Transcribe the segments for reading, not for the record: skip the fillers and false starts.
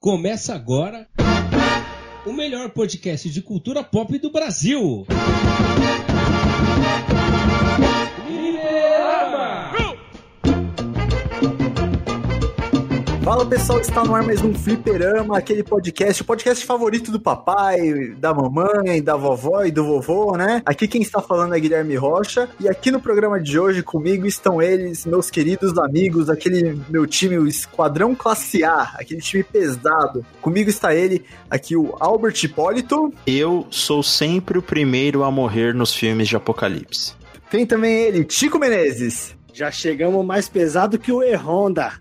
Começa agora o melhor podcast de cultura pop do Brasil. Fala pessoal, está no ar mais um Fliperama, aquele podcast, o podcast favorito do papai, da mamãe, da vovó e do vovô, né? Aqui quem está falando é Guilherme Rocha, e aqui no programa de hoje comigo estão eles, meus queridos amigos, aquele meu time, o Esquadrão Classe A, aquele time pesado. Comigo está ele, aqui o Albert Hipólito. Eu sou sempre o primeiro a morrer nos filmes de apocalipse. Tem também ele, Chico Menezes. Já chegamos mais pesado que o E-Honda.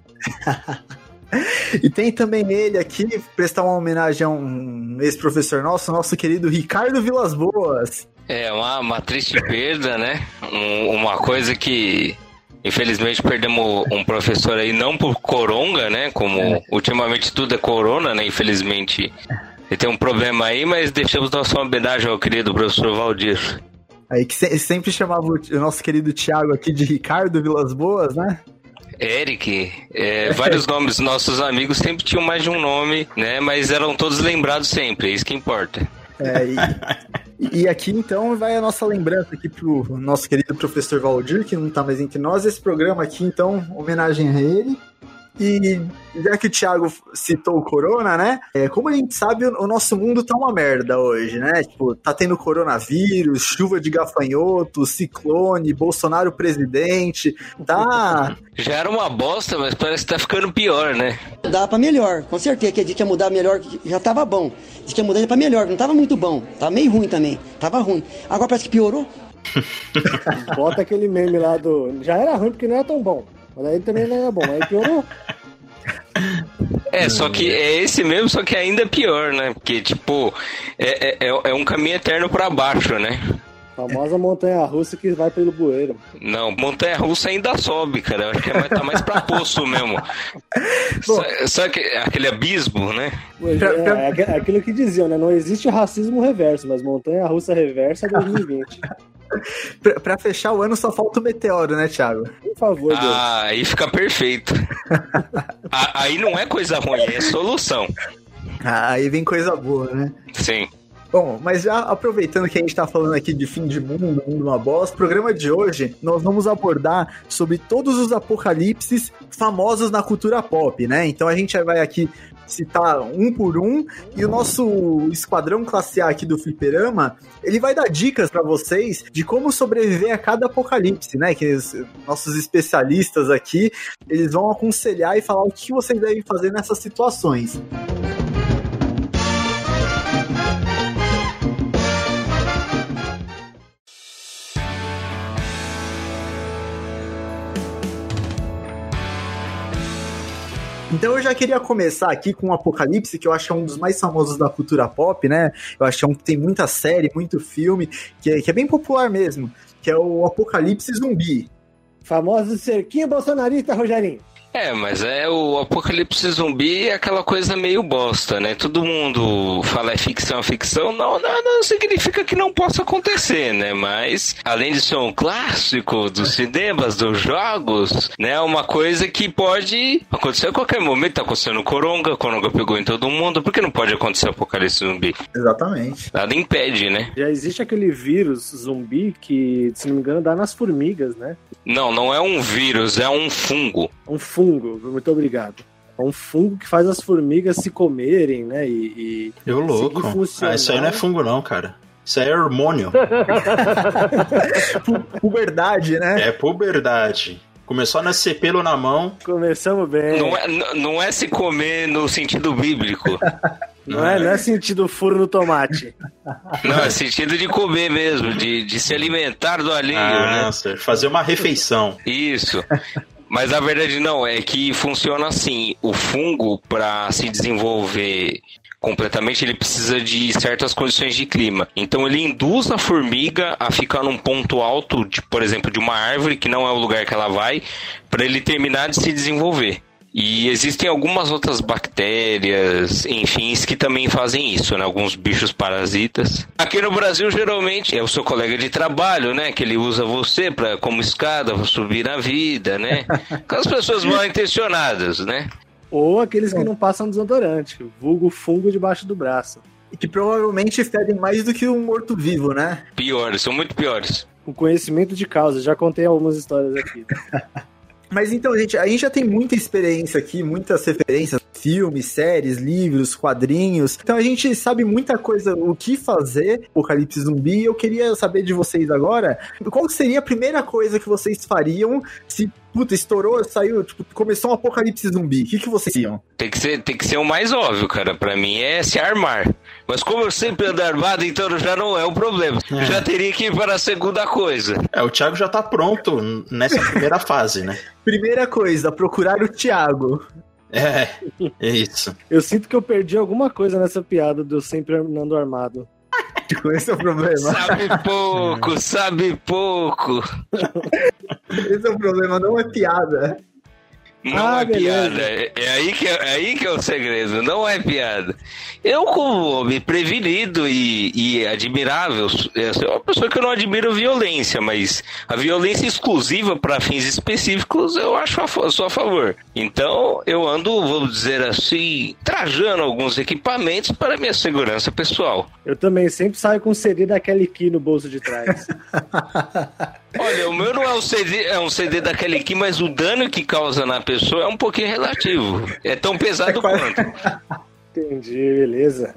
E tem também ele aqui, prestar uma homenagem a um ex-professor nosso querido Ricardo Vilas Boas. É uma triste perda, né? Uma coisa que, infelizmente, perdemos um professor aí, não por coronga, né? Como ultimamente tudo é corona, né? Infelizmente, ele tem um problema aí, mas deixamos nossa homenagem ao querido professor Valdir. Aí que sempre chamava o nosso querido Thiago aqui de Ricardo Vilas Boas, né? Eric, vários nomes, nossos amigos sempre tinham mais de um nome, né? Mas eram todos lembrados sempre, é isso que importa. E aqui então vai a nossa lembrança aqui pro nosso querido professor Valdir, que não tá mais entre nós. Esse programa aqui, então, homenagem a ele. E já que o Thiago citou o corona, né? Como a gente sabe, o nosso mundo tá uma merda hoje, né? Tipo, tá tendo coronavírus, chuva de gafanhoto, ciclone, Bolsonaro presidente, tá... Já era uma bosta, mas parece que tá ficando pior, né? Dá pra melhor, com certeza, que a gente ia mudar melhor, já tava bom. Diz que ia mudar pra melhor, não tava muito bom, tava meio ruim também, tava ruim. Agora parece que piorou. Bota aquele meme lá do... Já era ruim porque não era tão bom. Mas aí também não era bom, aí piorou. Só que é esse mesmo, só que ainda pior, né? Porque, tipo, é um caminho eterno pra baixo, né? A famosa montanha-russa que vai pelo bueiro. Não, montanha-russa ainda sobe, cara. Eu acho que tá mais pra poço mesmo. Só que aquele abismo, né? É aquilo que diziam, né? Não existe racismo reverso, mas montanha-russa reversa é 2020. Pra fechar o ano só falta o meteoro, né, Thiago? Por favor, Deus. Aí fica perfeito. Aí não é coisa ruim, é solução. Aí vem coisa boa, né? Sim. Bom, mas já aproveitando que a gente tá falando aqui de fim de mundo, mundo uma bosta, no programa de hoje nós vamos abordar sobre todos os apocalipses famosos na cultura pop, né? Então a gente vai aqui citar um por um, e o nosso esquadrão classe A aqui do Fliperama, ele vai dar dicas pra vocês de como sobreviver a cada apocalipse, né? Que os nossos especialistas aqui, eles vão aconselhar e falar o que vocês devem fazer nessas situações. Então eu já queria começar aqui com o Apocalipse, que eu acho que é um dos mais famosos da cultura pop, né? Eu acho que é um que tem muita série, muito filme, que é bem popular mesmo, que é o Apocalipse Zumbi. Famoso cerquinho bolsonarista, Rogerinho. Mas o apocalipse zumbi é aquela coisa meio bosta, né? Todo mundo fala ficção, não significa que não possa acontecer, né? Mas, além de ser um clássico dos cinemas, dos jogos, né? É uma coisa que pode acontecer a qualquer momento. Tá acontecendo Coronga pegou em todo mundo, por que não pode acontecer o apocalipse zumbi? Exatamente. Nada impede, né? Já existe aquele vírus zumbi que, se não me engano, dá nas formigas, né? Não é um vírus, é um fungo. Um fungo, muito obrigado. É um fungo que faz as formigas se comerem, né? Eu louco. Isso aí não é fungo não, cara. Isso aí é hormônio. Puberdade, né? É puberdade. Começou a nascer pelo na mão. Começamos bem. Não é se comer no sentido bíblico. Não é sentido furo no tomate. Não, é sentido de comer mesmo, de se alimentar do alheio, né? Fazer uma refeição. Isso. Mas a verdade não, é que funciona assim. O fungo, para se desenvolver completamente, ele precisa de certas condições de clima. Então ele induz a formiga a ficar num ponto alto, por exemplo, de uma árvore, que não é o lugar que ela vai, para ele terminar de se desenvolver. E existem algumas outras bactérias, enfim, que também fazem isso, né? Alguns bichos parasitas. Aqui no Brasil, geralmente, é o seu colega de trabalho, né? Que ele usa você como escada para subir na vida, né? Aquelas pessoas mal intencionadas, né? Ou aqueles que não passam desodorante, vulgo fungo debaixo do braço. E que provavelmente fedem mais do que um morto-vivo, né? Piores, são muito piores. Com conhecimento de causa, já contei algumas histórias aqui. Mas então, gente, a gente já tem muita experiência aqui, muitas referências, filmes, séries, livros, quadrinhos. Então a gente sabe muita coisa, o que fazer, Apocalipse Zumbi. Eu queria saber de vocês agora, qual seria a primeira coisa que vocês fariam se, estourou, saiu, começou um Apocalipse Zumbi? O que vocês iam? Tem que ser o mais óbvio, cara. Pra mim é se armar. Mas como eu sempre ando armado, então já não é um problema. Já teria que ir para a segunda coisa. O Thiago já tá pronto nessa primeira fase, né? Primeira coisa, procurar o Thiago. É isso. Eu sinto que eu perdi alguma coisa nessa piada do eu sempre andando armado. Esse é o problema. Sabe pouco. Esse é o problema, não é piada. Não é beleza. piada. É aí que é o segredo. Não é piada. Eu, como homem prevenido e admirável, é uma pessoa que eu não admiro violência, mas a violência exclusiva para fins específicos eu sou a favor. Então eu ando, vamos dizer assim, trajando alguns equipamentos para minha segurança pessoal. Eu também sempre saio com um CD da Kelly Key no bolso de trás. Olha, o meu não é um CD, é um CD da Kelly Key, mas o dano que causa na pessoa é um pouquinho relativo. É tão pesado quanto. Entendi, beleza.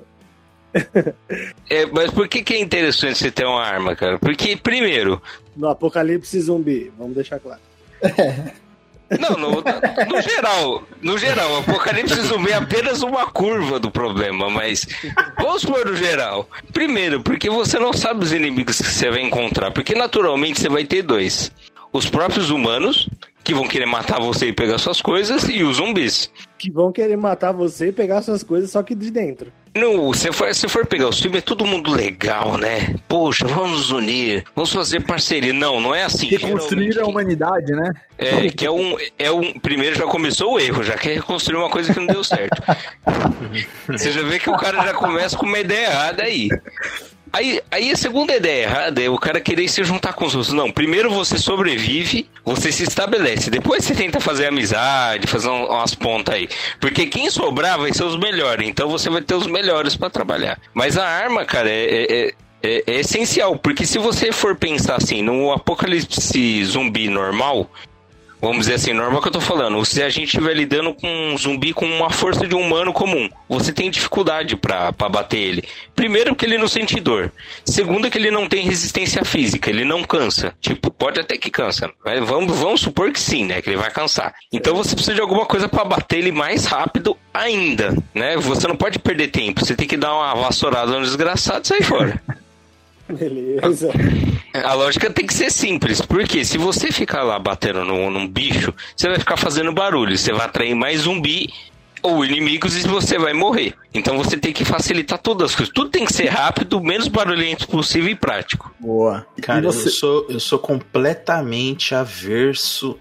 Mas por que é interessante você ter uma arma, cara? Porque, primeiro... No Apocalipse Zumbi, vamos deixar claro. Não, no geral, o Apocalipse Zumbi é apenas uma curva do problema, mas vamos pôr no geral. Primeiro, porque você não sabe os inimigos que você vai encontrar, porque naturalmente você vai ter dois. Os próprios humanos, que vão querer matar você e pegar suas coisas, e os zumbis. Que vão querer matar você e pegar suas coisas, só que de dentro. Se for pegar os filmes, é todo mundo legal, né? Poxa, vamos nos unir, vamos fazer parceria. Não é assim. Reconstruir a humanidade, né? Primeiro já começou o erro, já quer reconstruir uma coisa que não deu certo. Você já vê que o cara já começa com uma ideia errada aí. Aí a segunda ideia errada é o cara querer se juntar com os outros. Não, primeiro você sobrevive, você se estabelece. Depois você tenta fazer amizade, fazer umas pontas aí. Porque quem sobrar vai ser os melhores. Então você vai ter os melhores pra trabalhar. Mas a arma, cara, é essencial. Porque se você for pensar assim, no apocalipse zumbi normal... Vamos dizer assim, normal que eu tô falando. Se a gente estiver lidando com um zumbi com uma força de um humano comum, você tem dificuldade pra bater ele. Primeiro, porque ele não sente dor. Segundo, que ele não tem resistência física, ele não cansa. Pode até que cansa, mas vamos supor que sim, né? Que ele vai cansar. Então você precisa de alguma coisa pra bater ele mais rápido ainda, né? Você não pode perder tempo, você tem que dar uma vassourada no desgraçado e sair fora. Beleza. A lógica tem que ser simples, porque se você ficar lá batendo num bicho, você vai ficar fazendo barulho, você vai atrair mais zumbi ou inimigos e você vai morrer. Então você tem que facilitar todas as coisas. Tudo tem que ser rápido, menos barulhento possível e prático. Boa. Cara, eu sou completamente avesso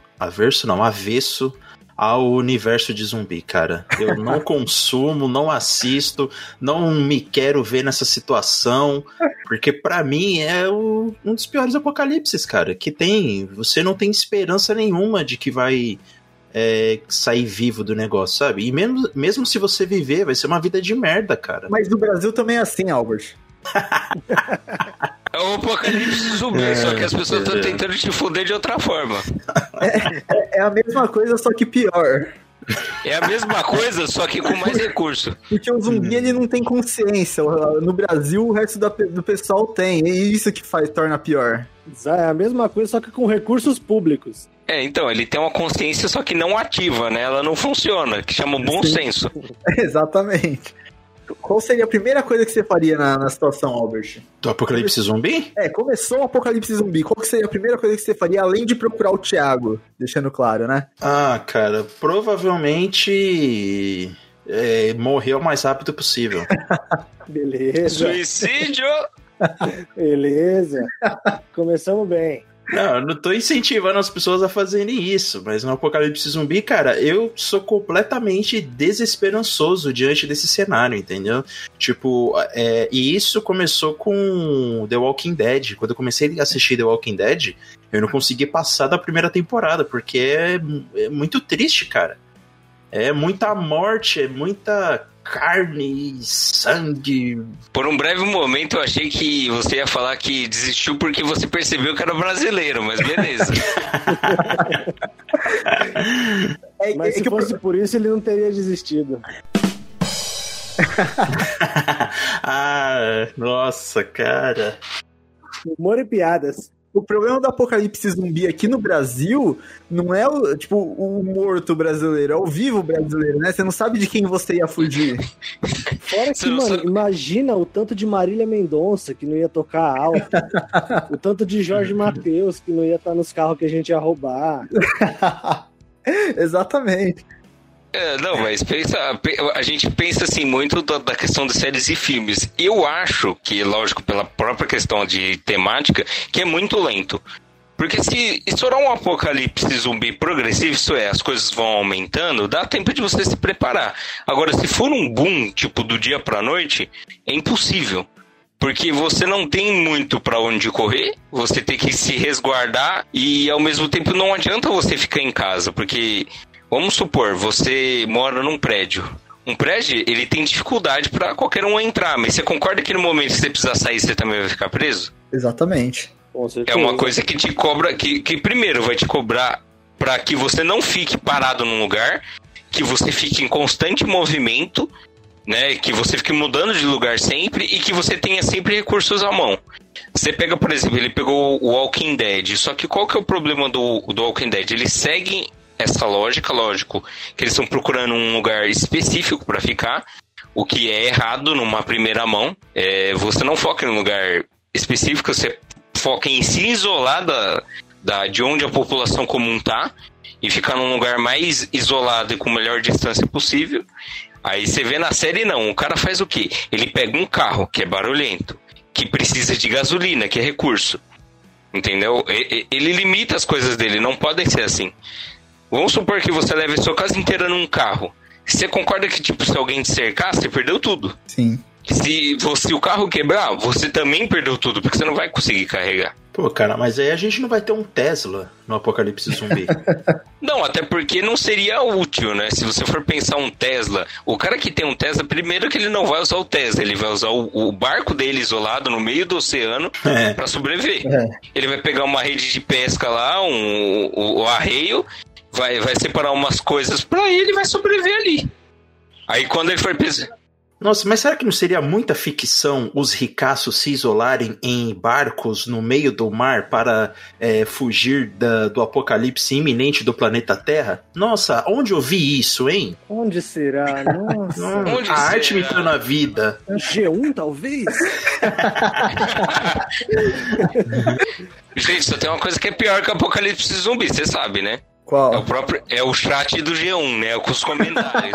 ao universo de zumbi, cara. Eu não consumo, não assisto, não me quero ver nessa situação, porque pra mim é um dos piores apocalipses, cara, que tem. Você não tem esperança nenhuma de que vai sair vivo do negócio, sabe? E mesmo se você viver, vai ser uma vida de merda, cara. Mas no Brasil também é assim, Albert. É o apocalipse zumbi, só que as pessoas estão tentando te foder de outra forma. É a mesma coisa, só que pior. É a mesma coisa, só que com mais recurso. Porque o zumbi, ele não tem consciência. No Brasil, o resto do pessoal tem. E isso que torna pior. É a mesma coisa, só que com recursos públicos. Então, ele tem uma consciência, só que não ativa, né? Ela não funciona, que chama bom senso. Exatamente. Qual seria a primeira coisa que você faria na situação, Albert? Do apocalipse zumbi? Começou o apocalipse zumbi. Qual que seria a primeira coisa que você faria, além de procurar o Thiago? Deixando claro, né? Cara, provavelmente morrer o mais rápido possível. Beleza. Suicídio! Beleza. Começamos bem. Não, eu não tô incentivando as pessoas a fazerem isso, mas no apocalipse zumbi, cara, eu sou completamente desesperançoso diante desse cenário, entendeu? E isso começou com The Walking Dead. Quando eu comecei a assistir The Walking Dead, eu não consegui passar da primeira temporada, porque é muito triste, cara. É muita morte, é muita carne e sangue. Por um breve momento eu achei que você ia falar que desistiu porque você percebeu que era brasileiro, mas beleza. Mas se fosse por isso, ele não teria desistido. Ah, nossa, cara. Humor e piadas. O problema do apocalipse zumbi aqui no Brasil não é o morto brasileiro, é o vivo brasileiro, né? Você não sabe de quem você ia fugir. Fora que, mano, imagina o tanto de Marília Mendonça que não ia tocar alto, o tanto de Jorge Mateus que não ia estar nos carros que a gente ia roubar. Exatamente. Não, mas a gente pensa assim muito da questão de séries e filmes. Eu acho que, lógico, pela própria questão de temática, que é muito lento. Porque se estourar um apocalipse zumbi progressivo, isso é, as coisas vão aumentando, dá tempo de você se preparar. Agora, se for um boom, tipo, do dia pra noite, é impossível. Porque você não tem muito pra onde correr, você tem que se resguardar e, ao mesmo tempo, não adianta você ficar em casa, porque... Vamos supor, você mora num prédio. Um prédio, ele tem dificuldade para qualquer um entrar, mas você concorda que no momento que você precisar sair, você também vai ficar preso? Exatamente. É uma coisa que te cobra, que primeiro vai te cobrar para que você não fique parado num lugar, que você fique em constante movimento, né? Que você fique mudando de lugar sempre e que você tenha sempre recursos à mão. Você pega, por exemplo, ele pegou o Walking Dead, só que qual que é o problema do Walking Dead? Eles seguem essa lógica, lógico, que eles estão procurando um lugar específico para ficar, o que é errado numa primeira mão. Você não foca em um lugar específico, você foca em se isolar de onde a população comum tá e ficar num lugar mais isolado e com a melhor distância possível. Aí você vê na série, não, o cara faz o quê? Ele pega um carro, que é barulhento, que precisa de gasolina, que é recurso, entendeu? Ele limita as coisas dele, não podem ser assim. Vamos supor que você leve a sua casa inteira num carro. Você concorda que, tipo, se alguém te cercar, você perdeu tudo? Sim. Se o carro quebrar, você também perdeu tudo, porque você não vai conseguir carregar. Pô, cara, mas aí a gente não vai ter um Tesla no apocalipse zumbi. Não, até porque não seria útil, né? Se você for pensar um Tesla, o cara que tem um Tesla, primeiro que ele não vai usar o Tesla, ele vai usar o barco dele isolado no meio do oceano pra sobreviver. Ele vai pegar uma rede de pesca lá, o arreio, vai separar umas coisas pra ele e vai sobreviver ali. Aí quando ele for pensar... Nossa, mas será que não seria muita ficção os ricaços se isolarem em barcos no meio do mar para fugir do apocalipse iminente do planeta Terra? Nossa, onde eu vi isso, hein? Onde será? Nossa. Onde a será? arte imitando a vida. G1, talvez? Gente, só tem uma coisa que é pior que o apocalipse zumbi, você sabe, né? Qual? É o chat do G1, né? Com os comentários.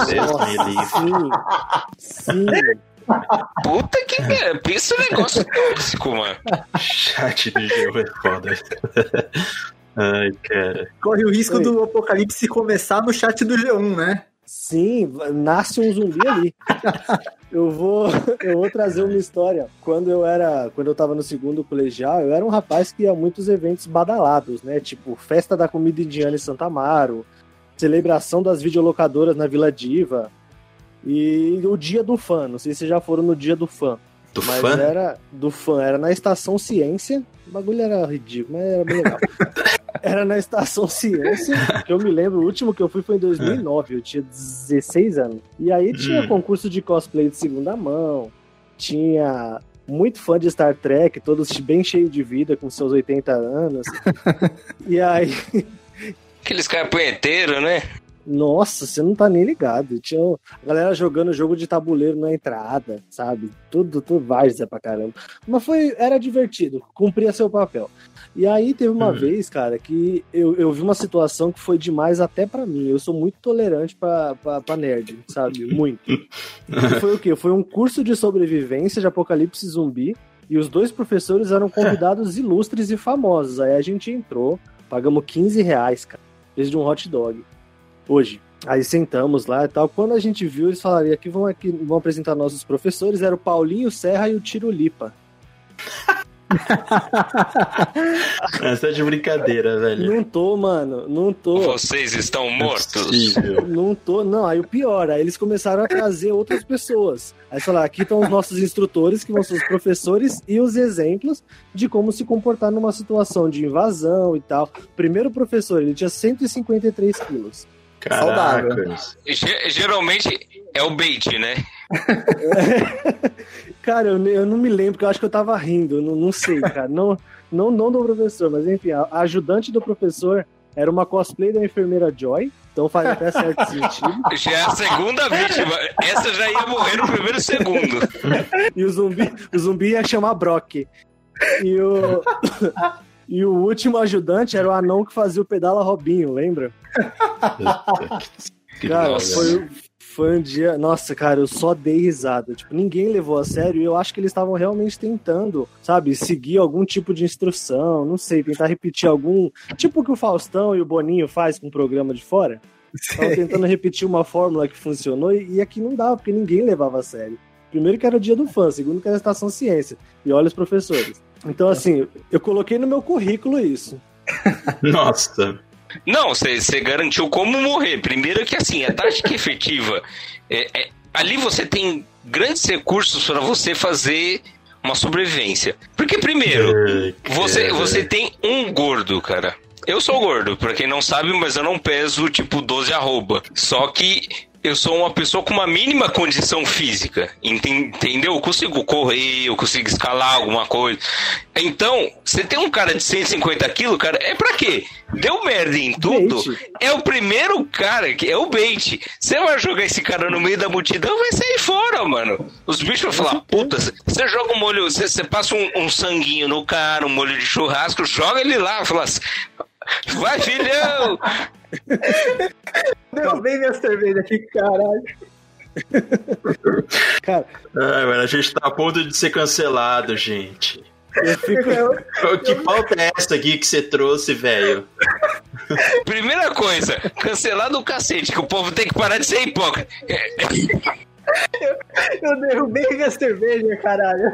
Sim. Puta que pensa um negócio tóxico, mano. Chat do G1 é foda. Ai, cara. Corre o risco do apocalipse começar no chat do G1, né? Sim, nasce um zumbi ali. Eu vou trazer uma história. Quando eu tava no segundo colegial, eu era um rapaz que ia a muitos eventos badalados, né? Tipo, festa da comida indiana em Santa Amaro, celebração das videolocadoras na Vila Diva e o dia do fã. Não sei se vocês já foram no dia do fã. Era do fã, era na Estação Ciência. O bagulho era ridículo, mas era bem legal. Era na Estação Ciência, que eu me lembro, o último que eu fui foi em 2009, eu tinha 16 anos. E aí tinha concurso de cosplay de segunda mão, tinha muito fã de Star Trek, todos bem cheios de vida, com seus 80 anos. E aí... Aqueles caras punheteiros, né? Nossa, você não tá nem ligado. Tinha a galera jogando jogo de tabuleiro na entrada, sabe? Tudo várzea pra caramba. Mas era divertido, cumpria seu papel. E aí teve uma vez, cara, que eu vi uma situação que foi demais até pra mim. Eu sou muito tolerante pra nerd, sabe? Muito. E foi o quê? Foi um curso de sobrevivência de apocalipse zumbi e os 2 professores eram convidados ilustres e famosos. Aí a gente entrou, pagamos R$15, cara, fez de um hot dog. Hoje. Aí sentamos lá e tal. Quando a gente viu, eles falaram, aqui vão apresentar nossos professores, era o Paulinho Serra e o Tirulipa. Essa é de brincadeira, velho. Não tô, mano. Não tô. Vocês estão mortos? Não tô, não. Aí o pior, aí eles começaram a trazer outras pessoas. Aí falaram, aqui estão os nossos instrutores, que vão ser os professores, e os exemplos de como se comportar numa situação de invasão e tal. Primeiro professor, ele tinha 153 quilos. Caraca. Geralmente é o bait, né? Cara, eu não me lembro, porque eu acho que eu tava rindo, não sei, cara. Não do professor, mas enfim, a ajudante do professor era uma cosplay da enfermeira Joy, então faz até certo sentido. Já é a segunda vítima. Essa já ia morrer no primeiro segundo. E o zumbi ia chamar Brock. E o último ajudante era o anão que fazia o Pedala Robinho, lembra? Cara, foi um dia... Nossa, cara, eu só dei risada. Tipo, ninguém levou a sério e eu acho que eles estavam realmente tentando, sabe, seguir algum tipo de instrução, não sei, tentar repetir algum... Tipo o que o Faustão e o Boninho faz com o programa de fora. Estavam tentando repetir uma fórmula que funcionou e aqui não dava, porque ninguém levava a sério. Primeiro que era o dia do fã, segundo que era a Estação Ciência. E olha os professores. Então, assim, eu coloquei no meu currículo isso. Nossa. Não, você garantiu como morrer. Primeiro que, assim, a tática efetiva... ali você tem grandes recursos para você fazer uma sobrevivência. Porque, primeiro, você tem um gordo, cara. Eu sou gordo, pra quem não sabe, mas eu não peso, tipo, 12 arroba. Só que... eu sou uma pessoa com uma mínima condição física, entendeu? Eu consigo correr, eu consigo escalar alguma coisa. Então, você tem um cara de 150 quilos, cara, é pra quê? Deu merda em tudo, é o primeiro cara, que é o bait. Você vai jogar esse cara no meio da multidão, vai sair fora, mano. Os bichos vão falar, puta, você joga um molho, você passa um sanguinho no cara, um molho de churrasco, joga ele lá, fala assim, vai, filhão! Derrubei minha cerveja aqui, caralho. Cara, mano, a gente tá a ponto de ser cancelado, gente. Que pauta é essa aqui que você trouxe, velho? Primeira coisa, cancelar do cacete, que o povo tem que parar de ser hipócrita. Eu derrubei minha cerveja, caralho.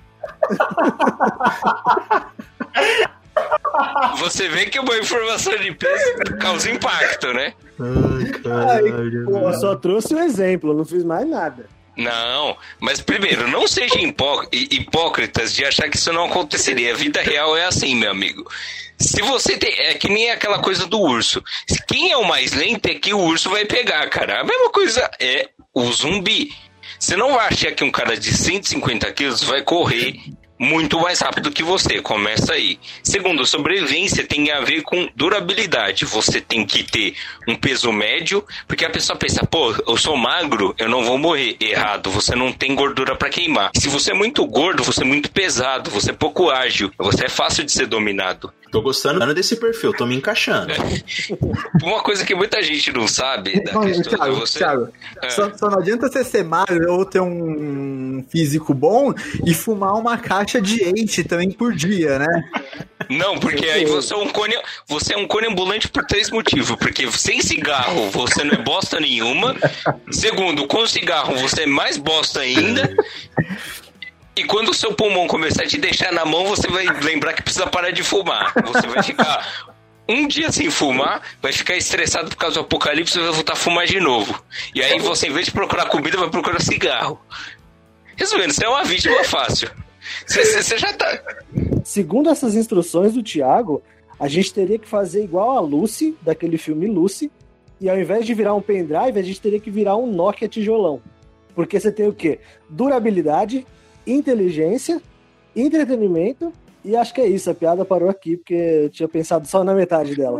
Você vê que uma informação de peso causa impacto, né? Ai, caralho. Eu só trouxe um exemplo, não fiz mais nada. Não, mas primeiro, não sejam hipócritas de achar que isso não aconteceria. A vida real é assim, meu amigo. Se você tem... É que nem aquela coisa do urso. Quem é o mais lento é que o urso vai pegar, cara. A mesma coisa é o zumbi. Você não vai achar que um cara de 150 quilos vai correr muito mais rápido que você, começa aí. Segundo, sobrevivência tem a ver com durabilidade. Você tem que ter um peso médio, porque a pessoa pensa, pô, eu sou magro, eu não vou morrer. Errado, você não tem gordura pra queimar. Se você é muito gordo, você é muito pesado, você é pouco ágil, você é fácil de ser dominado. Tô gostando desse perfil, tô me encaixando. Uma coisa que muita gente não sabe da questão Thiago, de você... Thiago, só não adianta você ser magro ou ter um físico bom e fumar uma caixa de Eight também por dia, né? Não, porque aí você é um cone ambulante por 3 motivos. Porque sem cigarro você não é bosta nenhuma. Segundo, com cigarro você é mais bosta ainda. E quando o seu pulmão começar a te deixar na mão, você vai lembrar que precisa parar de fumar. Você vai ficar um dia sem fumar, vai ficar estressado por causa do apocalipse e vai voltar a fumar de novo. E aí você, em vez de procurar comida, vai procurar cigarro. Resumindo, você é uma vítima fácil. Você já tá... Segundo essas instruções do Thiago, a gente teria que fazer igual a Lucy, daquele filme Lucy, e ao invés de virar um pendrive, a gente teria que virar um Nokia tijolão. Porque você tem o quê? Durabilidade, inteligência, entretenimento, e acho que é isso, a piada parou aqui, porque eu tinha pensado só na metade dela.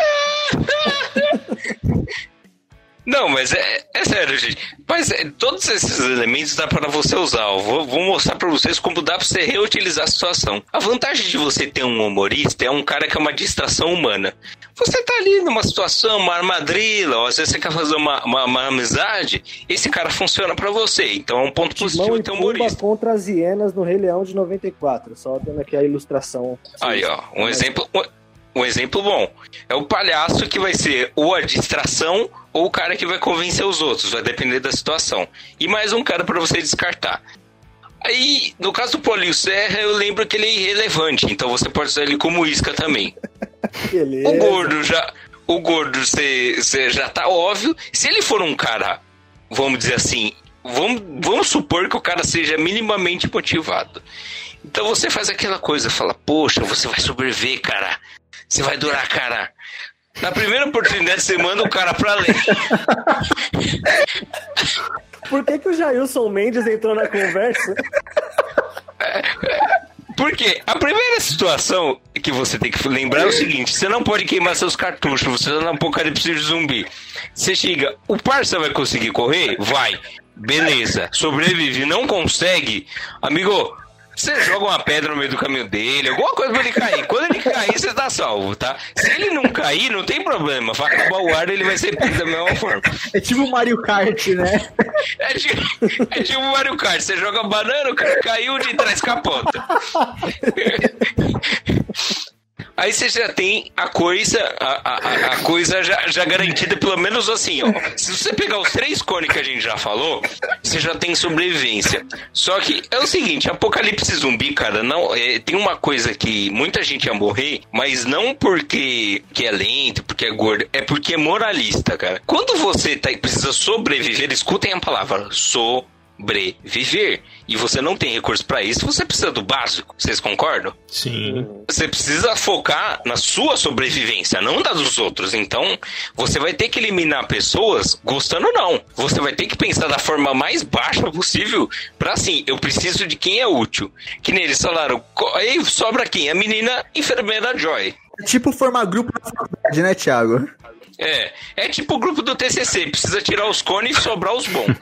Não, mas é sério, gente. Mas todos esses elementos dá para você usar. Eu vou mostrar para vocês como dá para você reutilizar a situação. A vantagem de você ter um humorista é um cara que é uma distração humana. Você tá ali numa situação, uma armadilha, ou às vezes você quer fazer uma amizade, esse cara funciona para você. Então é um ponto positivo ter um humorista. Contra as hienas no Rei Leão de 94. Só dando aqui a ilustração. Aí, ó, um exemplo bom. É o palhaço que vai ser ou a distração ou o cara que vai convencer os outros. Vai depender da situação. E mais um cara para você descartar. Aí, no caso do Paulinho Serra, eu lembro que ele é irrelevante, então você pode usar ele como isca também. Beleza. O gordo, você já tá óbvio. Se ele for um cara, vamos dizer assim, vamos supor que o cara seja minimamente motivado. Então você faz aquela coisa, fala, poxa, você vai sobreviver, cara. Você vai durar, cara. Na primeira oportunidade, você manda o cara pra ler. Por que o Jailson Mendes entrou na conversa? Porque a primeira situação que você tem que lembrar é o seguinte: você não pode queimar seus cartuchos, você tá no apocalipse de zumbi. Você chega, o parça vai conseguir correr? Vai. Beleza. Sobrevive, não consegue? Amigo, você joga uma pedra no meio do caminho dele, alguma coisa pra ele cair. Quando ele cair, você tá salvo, tá? Se ele não cair, não tem problema. Vai acabar o ar, ele vai ser preso da mesma forma. É tipo o Mario Kart, né? É tipo o Mario Kart. Você joga banana, o cara caiu de trás, capota. Aí você já tem a coisa já garantida, pelo menos assim, ó. Se você pegar os 3 cones que a gente já falou, você já tem sobrevivência. Só que é o seguinte, apocalipse zumbi, cara, não, tem uma coisa que muita gente ia morrer, mas não porque que é lento, porque é gordo, é porque é moralista, cara. Quando você precisa sobreviver, escutem a palavra sobreviver, e você não tem recurso pra isso, você precisa do básico. Vocês concordam? Sim. Você precisa focar na sua sobrevivência, não da dos outros. Então, você vai ter que eliminar pessoas gostando ou não. Você vai ter que pensar da forma mais baixa possível pra, assim, eu preciso de quem é útil. Que nem eles falaram, aí sobra quem? A menina enfermeira Joy. É tipo formar grupo na faculdade, né, Thiago? É tipo o grupo do TCC, precisa tirar os cones e sobrar os bons.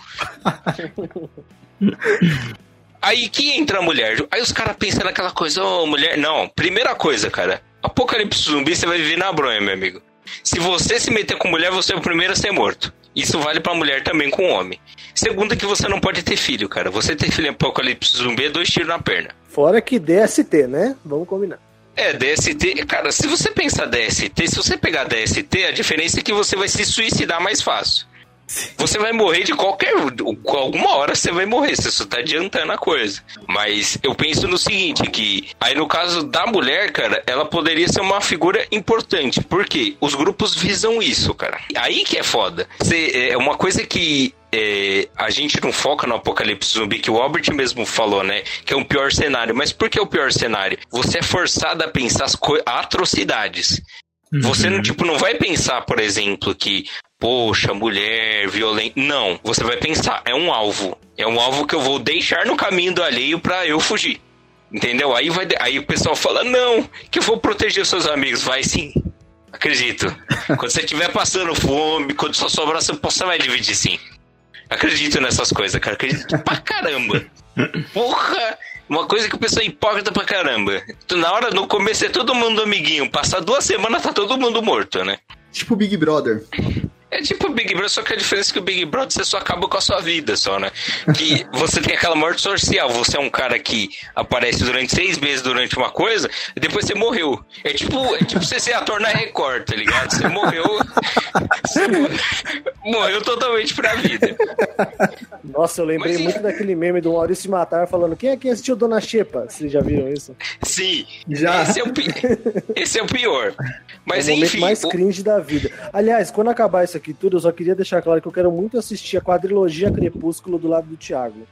Aí que entra a mulher. Aí os caras pensam naquela coisa, mulher. Não, primeira coisa, cara, apocalipse zumbi você vai viver na bronha, meu amigo. Se você se meter com mulher, você é o primeiro a ser morto. Isso vale pra mulher também com homem. Segundo, que você não pode ter filho, cara. Você ter filho em apocalipse zumbi é 2 tiros na perna. Fora que DST, né? Vamos combinar. DST, cara, se você pensar DST, se você pegar DST, a diferença é que você vai se suicidar mais fácil. Você vai morrer de alguma hora você vai morrer, você só tá adiantando a coisa. Mas eu penso no seguinte, que aí no caso da mulher, cara, ela poderia ser uma figura importante, porque os grupos visam isso, cara. Aí que é foda. É uma coisa que a gente não foca no apocalipse zumbi, que o Albert mesmo falou, né? Que é um pior cenário. Mas por que é o pior cenário? Você é forçado a pensar as atrocidades. Você não vai pensar, por exemplo, que poxa, mulher, violenta. Não, você vai pensar, é um alvo. É um alvo que eu vou deixar no caminho do alheio pra eu fugir. Entendeu? Aí o pessoal fala, não, que eu vou proteger os seus amigos. Vai sim, acredito. Quando você estiver passando fome, quando só sobrar, você vai dividir sim. Acredito nessas coisas, cara. Acredito pra caramba. Porra! Uma coisa que o pessoal é hipócrita pra caramba. No começo é todo mundo amiguinho. Passar 2 semanas tá todo mundo morto, né? Tipo Big Brother. É tipo o Big Brother, só que a diferença é que o Big Brother você só acaba com a sua vida, só, né? Que você tem aquela morte social. Você é um cara que aparece durante 6 meses durante uma coisa e depois você morreu. É tipo você ser ator na Record, tá ligado? Você morreu. Morreu totalmente pra vida. Nossa, eu lembrei muito daquele meme do Maurício Matar falando: quem aqui assistiu Dona Xepa? Vocês já viram isso? Sim. Já. Esse é o pior. Mas é o momento enfim. mais cringe da vida. Aliás, quando acabar isso aqui tudo, eu só queria deixar claro que eu quero muito assistir a quadrilogia Crepúsculo do lado do Thiago.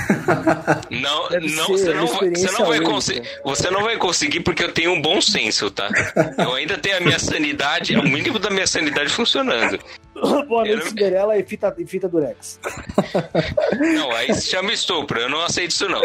Você não vai conseguir porque eu tenho um bom senso, tá? Eu ainda tenho a minha sanidade, o mínimo da minha sanidade funcionando. Boa noite, Cinderela e fita durex. Não, aí se chama estupro, eu não aceito isso não.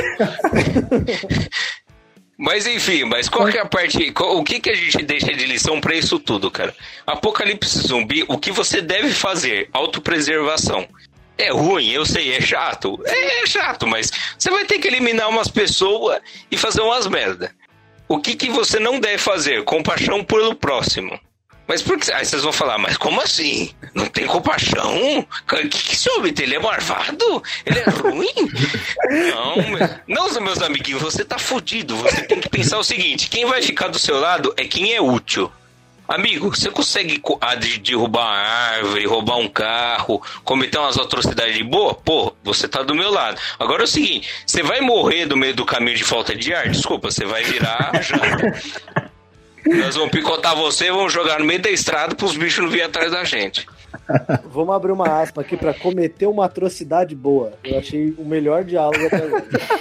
Mas enfim, qual que é a parte... O que a gente deixa de lição pra isso tudo, cara? Apocalipse zumbi, o que você deve fazer? Autopreservação. É ruim, eu sei, é chato. É chato, mas você vai ter que eliminar umas pessoas e fazer umas merda. O que você não deve fazer? Compaixão pelo próximo. Mas por que... Aí vocês vão falar, mas como assim? Não tem compaixão? O que esse homem tem? Ele é marvado? Ele é ruim? Não, meus amiguinhos, você tá fudido. Você tem que pensar o seguinte, quem vai ficar do seu lado é quem é útil. Amigo, você consegue derrubar uma árvore, roubar um carro, cometer umas atrocidades de boa? Pô, você tá do meu lado. Agora é o seguinte, você vai morrer do meio do caminho de falta de ar? Desculpa, você vai virar janta. Nós vamos picotar você e vamos jogar no meio da estrada pros bichos não virem atrás da gente. Vamos abrir uma aspa aqui pra cometer uma atrocidade boa. Eu achei o melhor diálogo até agora.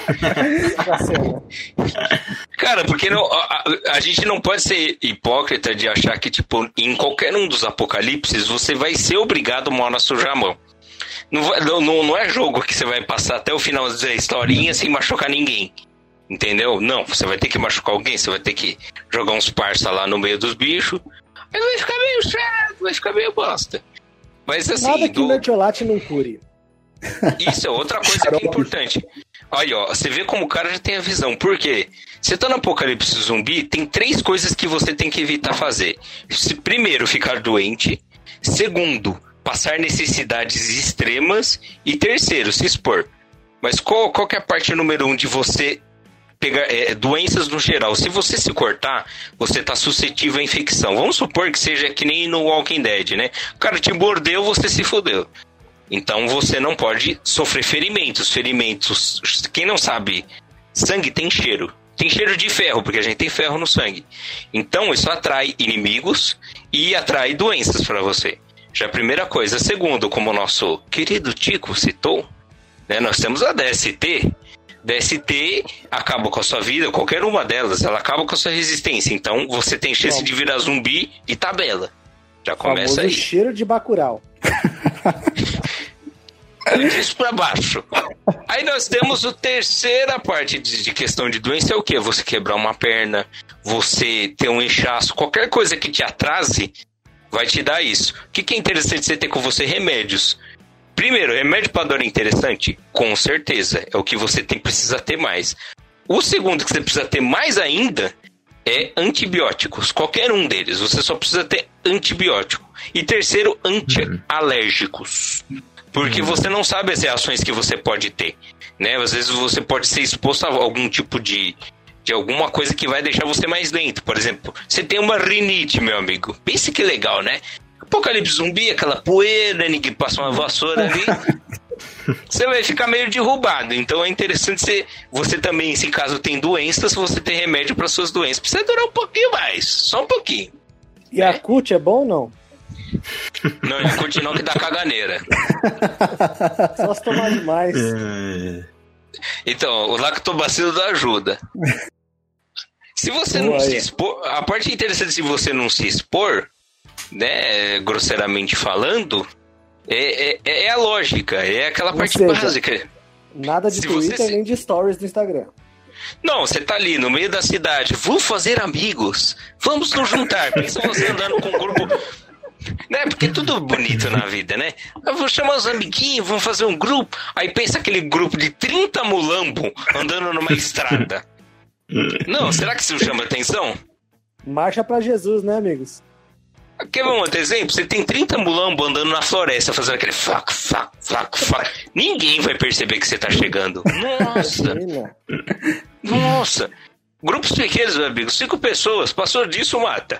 Cara, porque a gente não pode ser hipócrita de achar que, tipo, em qualquer um dos apocalipses você vai ser obrigado uma hora a sujar a mão. Não é jogo que você vai passar até o final da historinha sem machucar ninguém. Entendeu? Não, você vai ter que machucar alguém, você vai ter que jogar uns parça lá no meio dos bichos. Aí vai ficar meio chato, vai ficar meio bosta. Mas assim... Nada que o mertiolate não cure. Isso é outra coisa que é importante. Olha, ó, você vê como o cara já tem a visão. Por quê? Você tá no apocalipse zumbi, tem 3 coisas que você tem que evitar fazer. Primeiro, ficar doente. Segundo, passar necessidades extremas. E terceiro, se expor. Mas qual que é a parte número 1 de você pegar doenças no geral? Se você se cortar, você tá suscetível à infecção. Vamos supor que seja que nem no Walking Dead, né? O cara te mordeu, você se fodeu. Então você não pode sofrer ferimentos. Ferimentos, quem não sabe, sangue tem cheiro. Tem cheiro de ferro, porque a gente tem ferro no sangue. Então isso atrai inimigos e atrai doenças para você. Já a primeira coisa. Segundo, como o nosso querido Tico citou, né, nós temos a DST. DST acaba com a sua vida, qualquer uma delas, ela acaba com a sua resistência. Então você tem chance de virar zumbi de tabela. Já começa aí. Cheiro de Bacurau. Disso pra baixo. Aí nós temos a terceira parte de questão de doença, é o quê? Você quebrar uma perna, você ter um inchaço, qualquer coisa que te atrase vai te dar isso. O que é interessante você ter com você? Remédios. Primeiro, remédio para dor é interessante? Com certeza, é o que você precisa ter mais. O segundo que você precisa ter mais ainda é antibióticos, qualquer um deles, você só precisa ter antibiótico. E terceiro, antialérgicos, porque você não sabe as reações que você pode ter, né? Às vezes você pode ser exposto a algum tipo de alguma coisa que vai deixar você mais lento. Por exemplo, você tem uma rinite, meu amigo, pense que legal, né? Apocalipse zumbi, aquela poeira, ninguém passa uma vassoura ali, você vai ficar meio derrubado. Então é interessante você também, se caso tem doenças, você ter remédio para suas doenças. Precisa durar um pouquinho mais, só um pouquinho. E a Yakult é bom ou não? Não, Yakult não, que dá caganeira. Só se tomar demais. Então, o lactobacilo dá ajuda. Se você não se expor, a parte interessante se você não se expor, né, grosseiramente falando, é a lógica, é aquela parte básica. Nada de Twitter nem de stories do Instagram. Não, você tá ali no meio da cidade, vou fazer amigos, vamos nos juntar. Pensa você andando com um grupo, né? Porque tudo bonito na vida, né? Eu vou chamar os amiguinhos, vamos fazer um grupo. Aí pensa aquele grupo de 30 mulambo andando numa estrada. Não, será que isso chama atenção? Marcha pra Jesus, né, amigos? Quer ver um outro exemplo? Você tem 30 mulambo andando na floresta, fazendo aquele flac, flac, flac, flac. Ninguém vai perceber que você tá chegando. Nossa! Nossa! Grupos pequenos, meu amigo, 5 pessoas, passou disso, mata.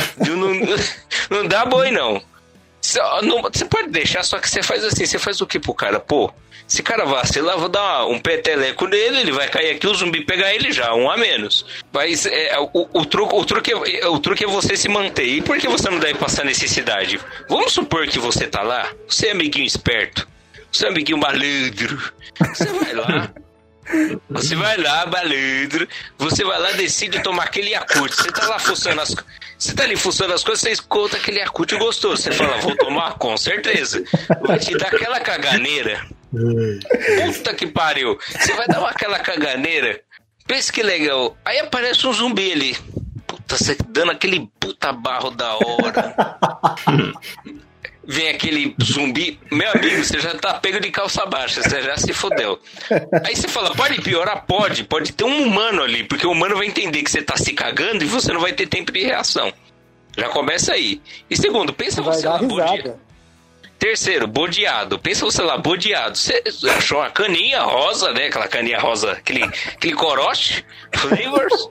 Não dá boi, não. Você pode deixar, só que você faz assim, você faz o que pro cara? Pô, se o cara vacilar, vou dar um peteleco nele, ele vai cair aqui, o zumbi pegar ele já, um a menos. Mas o truque é você se manter. E por que você não deve passar necessidade? Vamos supor que você tá lá, você é amiguinho esperto, você é amiguinho malandro, você vai lá, malandro, você vai lá, decide tomar aquele Yakult, você tá lá fuçando você tá ali fuçando as coisas, você escuta aquele Yakult gostoso, você fala, vou tomar, com certeza, vai te dar aquela caganeira, puta que pariu, você vai dar aquela caganeira, pensa que legal, aí aparece um zumbi ali, puta, você dando aquele puta barro da hora, vem aquele zumbi, meu amigo, você já tá pego de calça baixa, você já se fodeu. Aí você fala, pode piorar? Pode ter um humano ali, porque o humano vai entender que você tá se cagando e você não vai ter tempo de reação. Já começa aí. E segundo, pensa vai você dar lá, bom dia. Terceiro, bodeado. Pensa você lá, bodeado. Você achou uma caninha rosa, né? Aquela caninha rosa, aquele corote, flavors.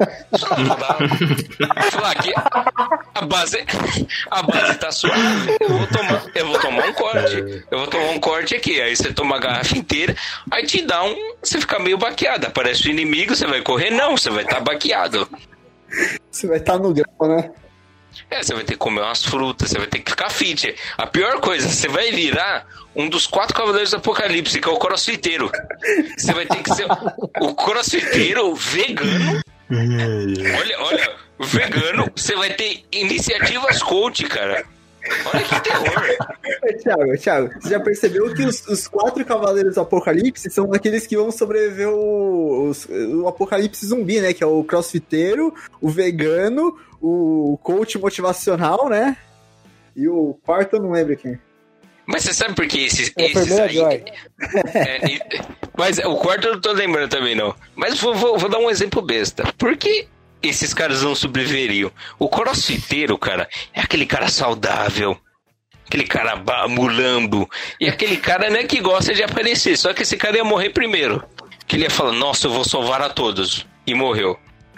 Falar aqui, a base tá suave. Eu vou tomar um corte. Eu vou tomar um corte aqui. Aí você toma a garrafa inteira, aí te dá você fica meio baqueado. Aparece o inimigo, você vai correr? Não, você vai estar baqueado. Você vai estar no grau, né? Você vai ter que comer umas frutas, você vai ter que ficar fit. A pior coisa, você vai virar um dos 4 cavaleiros do Apocalipse, que é o crossfiteiro. Você vai ter que ser o crossfiteiro vegano. Olha, vegano, você vai ter iniciativas coach, cara. Olha que terror. Thiago, você já percebeu que os 4 cavaleiros do Apocalipse são aqueles que vão sobreviver o Apocalipse zumbi, né? Que é o crossfiteiro, o vegano, o coach motivacional, né? E o quarto eu não lembro quem. Mas você sabe por que esses aí... mas o quarto eu não tô lembrando também, não. Mas vou dar um exemplo besta. Por que esses caras não sobreviveriam? O crossfiteiro, cara, é aquele cara saudável, aquele cara mulambo, e aquele cara, né, que gosta de aparecer. Só que esse cara ia morrer primeiro. Que ele ia falar, nossa, eu vou salvar a todos. E morreu.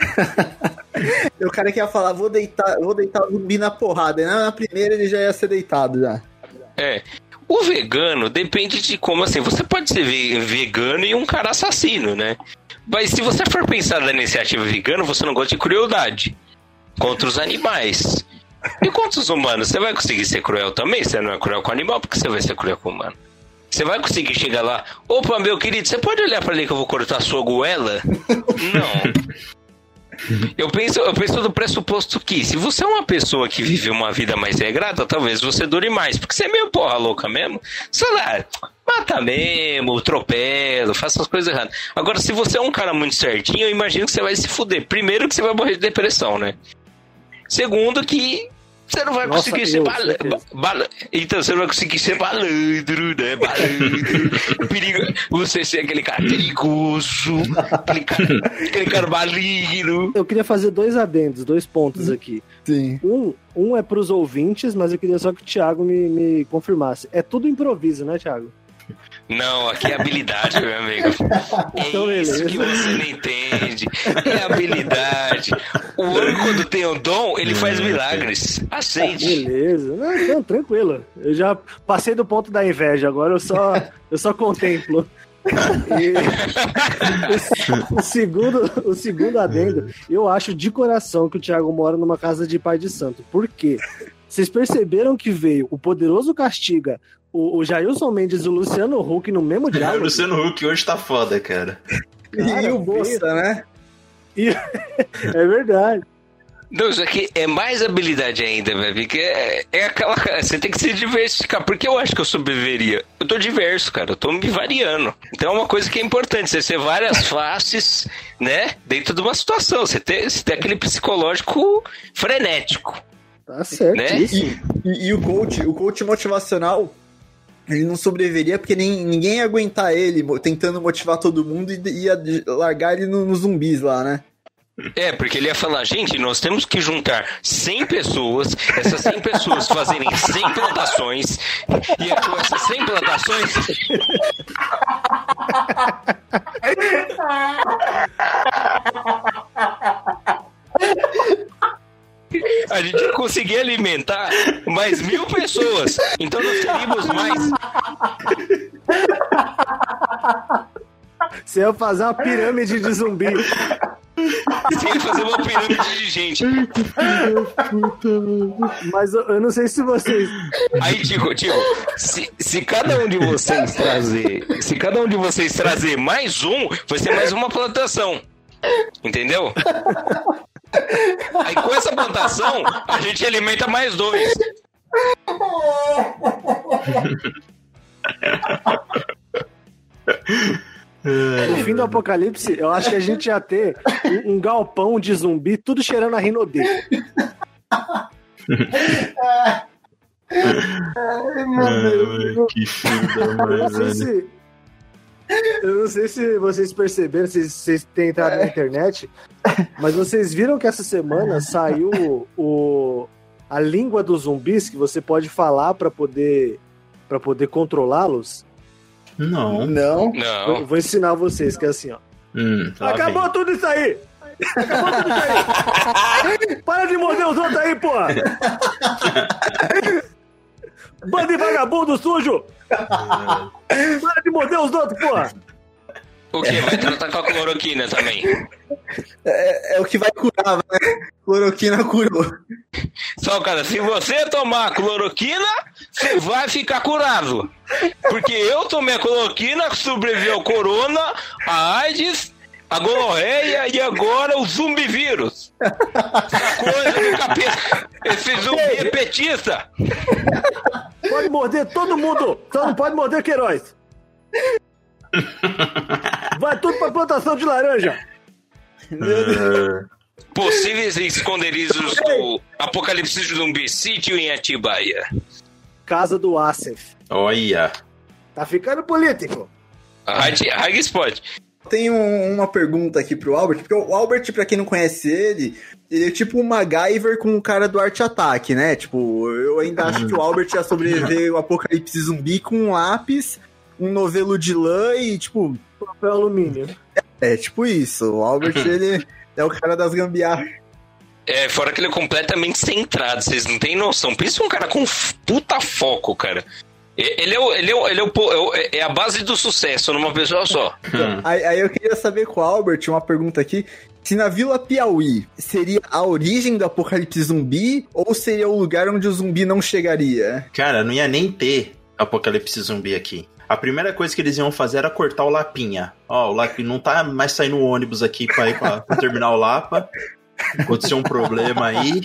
O cara que ia falar, vou deitar o zumbi na porrada. E na primeira ele já ia ser deitado já. O vegano depende de como, assim, você pode ser vegano e um cara assassino, né? Mas se você for pensar na iniciativa vegana, você não gosta de crueldade contra os animais. E contra os humanos, você vai conseguir ser cruel também? Você não é cruel com o animal, porque você vai ser cruel com o humano? Você vai conseguir chegar lá, opa, meu querido, você pode olhar pra ali que eu vou cortar a sua goela? Não. Eu penso do pressuposto que, se você é uma pessoa que vive uma vida mais regrada, talvez você dure mais, porque você é meio porra louca mesmo. Sei lá, mata mesmo, atropela, faça as coisas erradas. Agora, se você é um cara muito certinho, eu imagino que você vai se fuder. Primeiro, que você vai morrer de depressão, né? Segundo, que você não vai conseguir ser então você não vai conseguir ser balandro, né? Balandro. Perigo. Você ser aquele cara perigoso, aquele cara maligno. Eu queria fazer 2 adendos, 2 pontos aqui. Sim. Um é pros ouvintes, mas eu queria só que o Thiago me confirmasse. É tudo improviso, né, Thiago? Não, aqui é habilidade, meu amigo. Então, isso que você não entende. É habilidade. O homem, quando tem o dom, ele faz milagres. Aceite. Beleza. Não, tranquilo. Eu já passei do ponto da inveja, agora eu só contemplo. E o segundo adendo, eu acho de coração que o Thiago mora numa casa de pai de santo. Por quê? Vocês perceberam que veio o Poderoso Castiga, o Jailson Mendes e o Luciano Huck no mesmo diálogo? O Luciano Huck hoje tá foda, cara. E o Bolsa, né? É verdade. Não, isso aqui é mais habilidade ainda, velho. Porque é aquela. Você tem que se diversificar. Porque eu acho que eu sobreviveria. Eu tô diverso, cara. Eu tô me variando. Então é uma coisa que é importante. Você ter várias faces, né? Dentro de uma situação. Você ter aquele psicológico frenético. Tá certo. Né? Isso. E o coach motivacional, ele não sobreviveria porque ninguém ia aguentar ele tentando motivar todo mundo e ia largar ele nos zumbis lá, né? Porque ele ia falar, gente, nós temos que juntar 100 pessoas, essas 100 pessoas fazerem 100 plantações, e com essas 100 plantações... a gente ia conseguir alimentar mais 1000 pessoas. Então nós teríamos mais... Você ia fazer uma pirâmide de zumbi. Você ia fazer uma pirâmide de gente. Mas eu não sei se vocês... Aí, Tico, se cada um de vocês trazer... Se cada um de vocês trazer mais um, vai ser mais uma plantação. Entendeu? Aí com essa plantação, a gente alimenta mais 2. No fim do apocalipse, eu acho que a gente ia ter um galpão de zumbi, tudo cheirando a Rinodê. Que filho da mãe, velho. Eu não sei se vocês perceberam, se vocês têm entrado na internet, mas vocês viram que essa semana saiu a língua dos zumbis, que você pode falar para poder pra poder controlá-los? Não. Não. Eu vou ensinar vocês, que é assim, ó. Acabou tudo isso aí! Acabou tudo isso aí! Para de morder os outros aí, porra! Bando de vagabundo sujo! Para de morder os outros, porra! O que? Vai tratar com a cloroquina também. É o que vai curar, né? Cloroquina curou. Só, cara, se você tomar cloroquina, você vai ficar curado. Porque eu tomei a cloroquina, sobrevivi ao corona, a AIDS, a gonorreia e agora o zumbi vírus. Essa coisa do capeta. Esse zumbi é petista. Pode morder todo mundo, só não pode morder Queiroz. Vai tudo pra plantação de laranja. Possíveis esconderijos do Apocalipse Zumbi, sítio em Atibaia. Casa do Acef. Olha. Tá ficando político. Rádio Spot. Tenho uma pergunta aqui pro Albert, porque o Albert, pra quem não conhece ele é tipo um MacGyver com o cara do Arte Ataque, né? Tipo, eu ainda acho que o Albert ia sobreviver o Apocalipse Zumbi com um lápis, um novelo de lã e, tipo... papel alumínio. É, tipo isso. O Albert, ele é o cara das gambiarras. É, fora que ele é completamente centrado, vocês não têm noção. Por isso é um cara com puta foco, cara. Ele é a base do sucesso numa pessoa só. Aí eu queria saber com o Albert, uma pergunta aqui. Se na Vila Piauí seria a origem do Apocalipse Zumbi ou seria o lugar onde o zumbi não chegaria? Cara, não ia nem ter Apocalipse Zumbi aqui. A primeira coisa que eles iam fazer era cortar o Lapinha. Ó, o Lapinha não tá mais saindo ônibus aqui pra ir pra terminar o Lapa. Aconteceu um problema aí.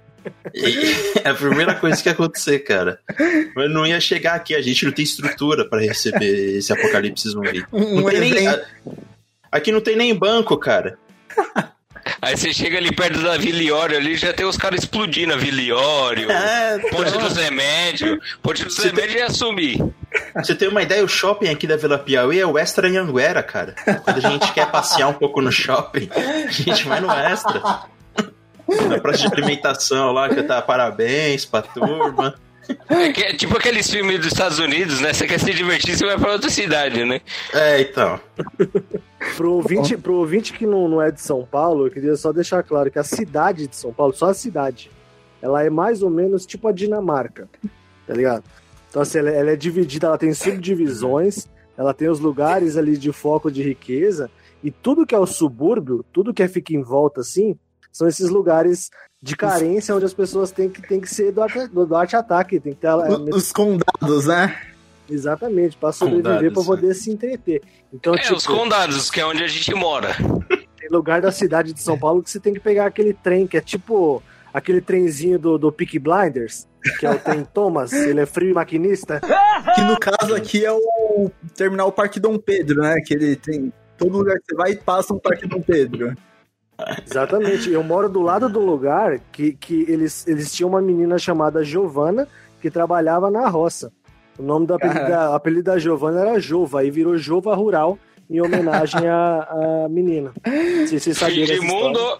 E é a primeira coisa que ia acontecer, cara. Mas não ia chegar aqui, a gente não tem estrutura pra receber esse Apocalipse Zumbi. Não tem nem... Aqui não tem nem banco, cara. Aí você chega ali perto da Vila Iório, ali já tem os caras explodindo a Vila Iório, Ponte dos Remédios. Ponte dos Remédios ia sumir. Você tem uma ideia, o shopping aqui da Vila Piauí é o Extra Anhanguera, cara. Quando a gente quer passear um pouco no shopping, a gente vai no Extra. Na praça de alimentação lá, que tá parabéns pra turma. É tipo aqueles filmes dos Estados Unidos, né? Você quer se divertir, você vai pra outra cidade, né? É, então. Pro ouvinte que não é de São Paulo, eu queria só deixar claro que a cidade de São Paulo, só a cidade, ela é mais ou menos tipo a Dinamarca, tá ligado? Então assim, ela é dividida, ela tem subdivisões, ela tem os lugares ali de foco de riqueza, e tudo que é o subúrbio, tudo que fica em volta assim, são esses lugares de carência onde as pessoas têm que ser do arte ataque, tem que ter os condados, né? Exatamente, para sobreviver, para poder se entreter. Então, os condados, que é onde a gente mora. Tem lugar da cidade de São Paulo que você tem que pegar aquele trem, que é tipo aquele trenzinho do Peaky Blinders, que é o trem Thomas, ele é frio e maquinista. Que no caso aqui é o terminal Parque Dom Pedro, né? Que ele tem todo lugar que você vai e passa um Parque Dom Pedro. Exatamente, eu moro do lado do lugar que eles tinham uma menina chamada Giovana que trabalhava na roça. O nome do apelido da Giovana era Jova, aí virou Jova Rural em homenagem à menina. Não sei se vocês sabiam dessa mundo.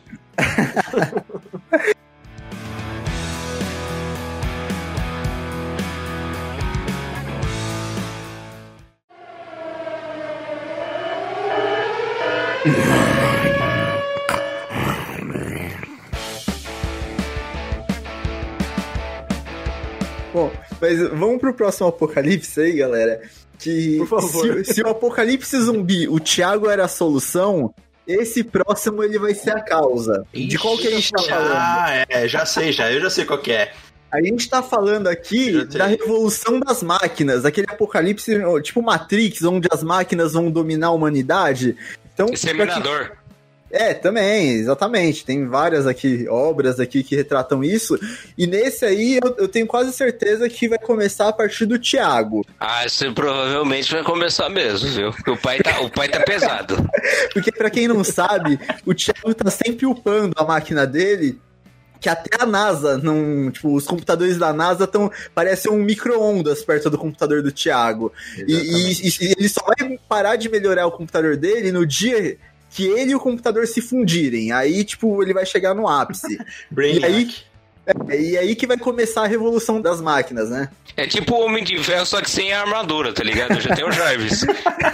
Bom, mas vamos pro próximo apocalipse aí, galera. Que por favor. Se o apocalipse zumbi, o Thiago era a solução, esse próximo ele vai ser a causa. De qual que a gente tá falando? Eu já sei qual que é. A gente tá falando aqui da revolução das máquinas, aquele apocalipse tipo Matrix, onde as máquinas vão dominar a humanidade. Então, Exterminador. Também, exatamente. Tem várias obras aqui que retratam isso. E nesse aí, eu tenho quase certeza que vai começar a partir do Thiago. Isso provavelmente vai começar mesmo, viu? Porque o pai tá pesado. Porque pra quem não sabe, o Thiago tá sempre upando a máquina dele, que até a NASA, os computadores da NASA parecem um micro-ondas perto do computador do Thiago. E ele só vai parar de melhorar o computador dele no dia que ele e o computador se fundirem. Aí, ele vai chegar no ápice. Brainiac. E aí que vai começar a revolução das máquinas, né? É tipo o Homem de Ferro, só que sem a armadura, tá ligado? Já tem o Jarvis.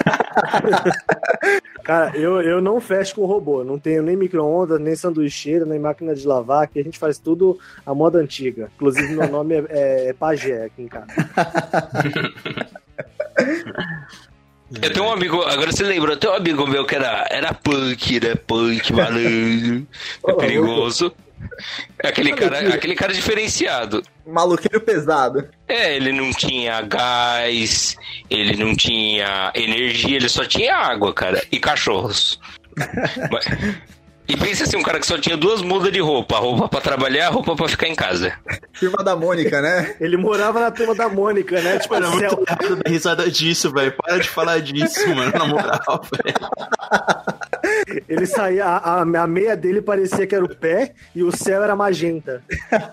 Cara, eu não fecho com robô. Não tenho nem micro-ondas, nem sanduicheira, nem máquina de lavar. Aqui a gente faz tudo à moda antiga. Inclusive, meu nome é Pajé aqui em casa. Eu tenho um amigo, agora você lembrou, eu tenho um amigo meu que era punk, né? Punk, malandro, perigoso. Aquele cara diferenciado. Maloqueiro pesado. Ele não tinha gás, ele não tinha energia, ele só tinha água, cara, e cachorros. E pensa assim, um cara que só tinha 2 mudas de roupa. Roupa pra trabalhar, roupa pra ficar em casa. Turma da Mônica, né? Ele morava na turma da Mônica, né? Tipo, Mano, é muito errado dar risada disso, velho. Para de falar disso, mano, na moral, velho. Ele saía, a meia dele parecia que era o pé e o céu era magenta.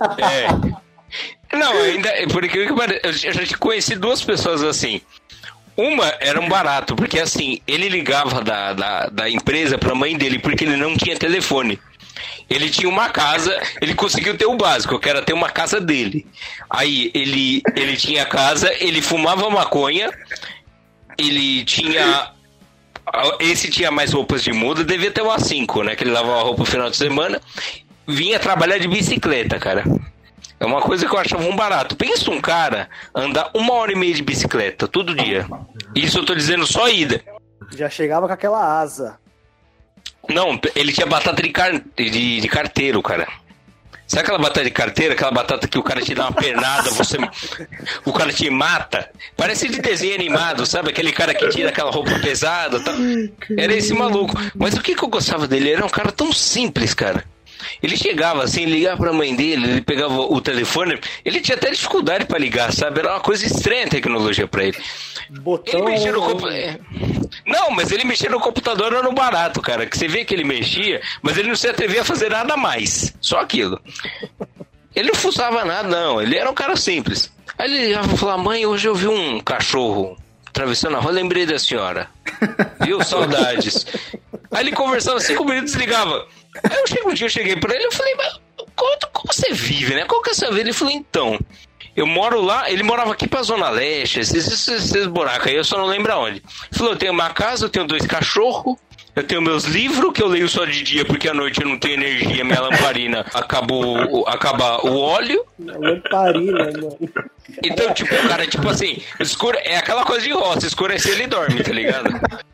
Não, ainda, por incrível que pareça, eu já conheci 2 pessoas assim. Uma era um barato, porque assim, ele ligava da empresa pra mãe dele, porque ele não tinha telefone. Ele tinha uma casa, ele conseguiu ter o básico, que era ter uma casa dele. Aí ele tinha casa, ele fumava maconha, ele tinha... Esse tinha mais roupas de muda, devia ter umas 5, né? Que ele lavava roupa no final de semana. Vinha trabalhar de bicicleta, cara. É uma coisa que eu achava um barato. Pensa um cara andar 1h30 de bicicleta todo dia. Isso eu tô dizendo só ida. Já chegava com aquela asa. Não, ele tinha batata de carteiro, cara. Sabe aquela batata de carteira? Aquela batata que o cara te dá uma pernada, o cara te mata? Parece de desenho animado, sabe? Aquele cara que tira aquela roupa pesada. Tá? Era esse maluco. Mas o que eu gostava dele? Ele era um cara tão simples, cara. Ele chegava assim, ligava pra mãe dele, ele pegava o telefone, ele tinha até dificuldade pra ligar, sabe? Era uma coisa estranha a tecnologia pra ele. Botão... Ele mexia no computador. Não, mas ele mexia no computador era no barato, cara. Que você vê que ele mexia, mas ele não se atrevia a fazer nada mais. Só aquilo. Ele não fuçava nada, não. Ele era um cara simples. Aí ele já falou: mãe, hoje eu vi um cachorro atravessando a rua, lembrei da senhora. Viu? Saudades. Aí ele conversava 5 minutos e ligava. Aí um dia eu cheguei pra ele e falei: mas como você vive, né? Qual que é a sua vida? Ele falou: então, eu moro lá, ele morava aqui pra Zona Leste, esses buracos aí, eu só não lembro aonde. Ele falou: eu tenho uma casa, eu tenho 2 cachorros, eu tenho meus livros, que eu leio só de dia, porque à noite eu não tenho energia, minha lamparina acaba o óleo. Lamparina, mano. Então, tipo, o cara, tipo assim, é aquela coisa de roça, escurecer ele dorme, tá ligado?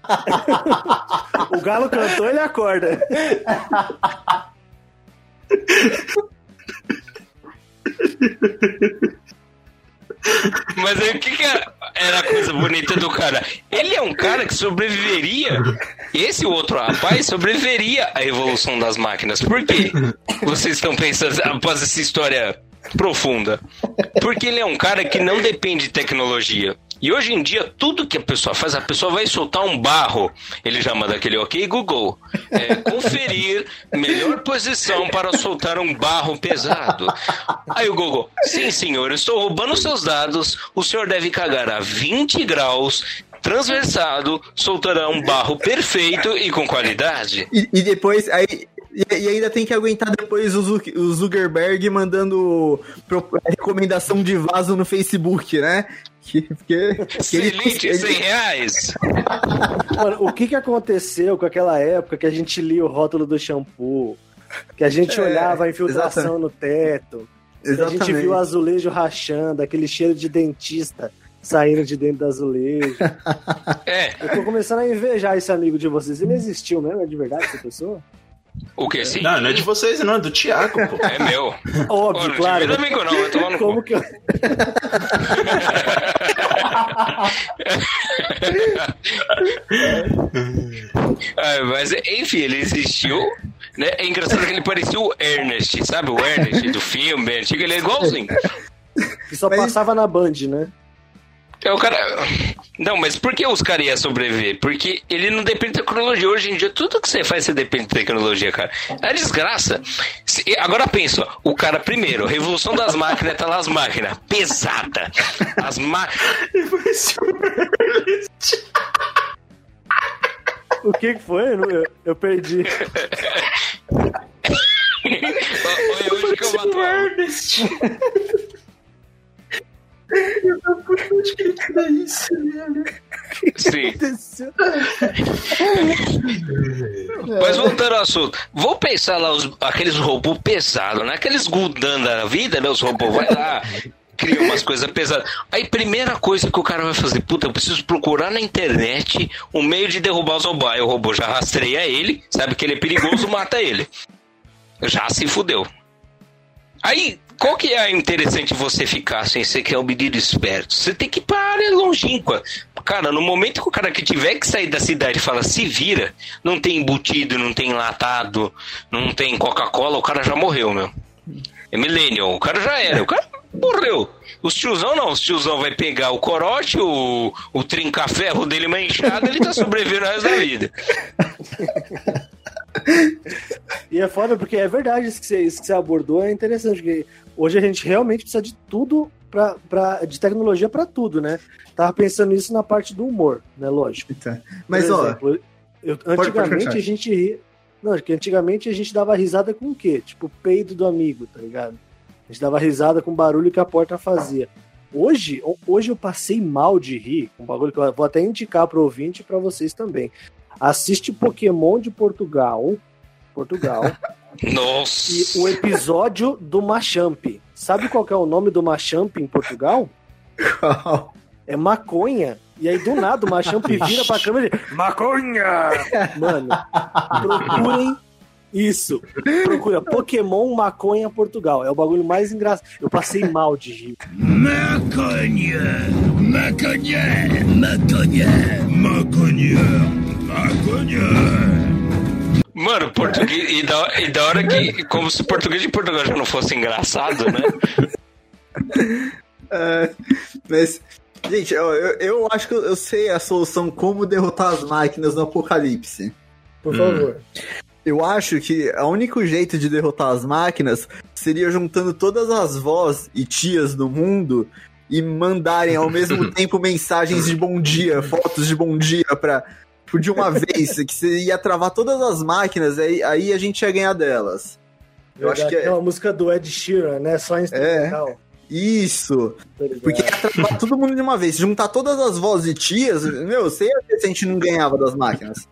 O galo cantou, ele acorda. Mas aí o que era a coisa bonita do cara? Ele é um cara que sobreviveria. Esse outro rapaz sobreviveria à evolução das máquinas. Por quê? Vocês estão pensando após essa história profunda? Porque ele é um cara que não depende de tecnologia. E hoje em dia, tudo que a pessoa faz, a pessoa vai soltar um barro. Ele já manda aquele OK Google. Conferir melhor posição para soltar um barro pesado. Aí o Google: sim, senhor, eu estou roubando seus dados. O senhor deve cagar a 20 graus, transversado, soltará um barro perfeito e com qualidade. E depois... E ainda tem que aguentar depois o Zuckerberg mandando recomendação de vaso no Facebook, né? Excelente, R$100. Mano, o que aconteceu com aquela época que a gente lia o rótulo do shampoo, que a gente olhava a infiltração exatamente. No teto, que a gente viu o azulejo rachando, aquele cheiro de dentista saindo de dentro do azulejo. Eu tô começando a invejar esse amigo de vocês. Ele existiu mesmo? É de verdade essa pessoa? O que, sim? Não é de vocês, não, é do Thiago, pô. É meu. Óbvio, não claro. Não amigo, não, eu tô no como que eu... Mas, enfim, ele existiu, né? É engraçado que ele parecia o Ernest, sabe? O Ernest do filme, bem antigo, ele é igualzinho. Que só passava na Band, né? O cara... Não, mas por que os caras iam sobreviver? Porque ele não depende de tecnologia. Hoje em dia, tudo que você faz, você depende de tecnologia, cara. É desgraça. Agora pensa, o cara, primeiro, revolução das máquinas, tá lá as máquinas. Pesada. As máquinas... O que foi? Eu perdi. Olha hoje que eu mato a aula. Eu não pude acreditar isso, velho. Sim. Mas voltando ao assunto, vou pensar lá aqueles robôs pesados, né? Aqueles Gundam da vida, né? Os robôs vai lá, cria umas coisas pesadas. Aí, primeira coisa que o cara vai fazer, puta, eu preciso procurar na internet um meio de derrubar os robôs. Aí o robô já rastreia ele, sabe que ele é perigoso, mata ele. Já se fudeu. Aí, qual que é interessante você ficar sem ser que é um menino esperto? Você tem que ir pra área longínqua. Cara, no momento que o cara que tiver que sair da cidade fala, se vira, não tem embutido, não tem enlatado, não tem Coca-Cola, o cara já morreu, meu. É millennial, o cara já era, o cara morreu. Os tiozão não, os tiozão vai pegar o corote, o trinca-ferro dele manchado, ele tá sobrevivendo o resto da vida. E é foda porque é verdade isso que você abordou, é interessante, porque hoje a gente realmente precisa de tudo, de tecnologia pra tudo, né? Tava pensando isso na parte do humor, né? Lógico. Mas, exemplo, antigamente a gente ria. Não, porque antigamente a gente dava risada com o quê? Tipo, peido do amigo, tá ligado? A gente dava risada com o barulho que a porta fazia. Hoje eu passei mal de rir, com um bagulho que eu vou até indicar pro ouvinte e pra vocês também. Assiste Pokémon de Portugal. Nossa! E o episódio do Machamp. Sabe qual que é o nome do Machamp em Portugal? Qual? É maconha. E aí, do nada, o Machamp vira pra câmera e maconha! Mano, procurem isso. Procura Pokémon Maconha Portugal. É o bagulho mais engraçado. Eu passei mal de rir. Maconha! Maconha! Maconha! Maconha! Maconha! Mano, português. E da hora que. Como se o português de Portugal já não fosse engraçado, né? Mas, gente, eu acho que eu sei a solução como derrotar as máquinas no apocalipse. Por favor. Eu acho que o único jeito de derrotar as máquinas seria juntando todas as vós e tias do mundo e mandarem ao mesmo tempo mensagens de bom dia, fotos de bom dia de uma vez, que você ia travar todas as máquinas, aí a gente ia ganhar delas. Eu acho que é uma música do Ed Sheeran, né? Só instrumental. Isso. Porque ia travar todo mundo de uma vez. Juntar todas as vozes e tias, meu, sei se a gente não ganhava das máquinas.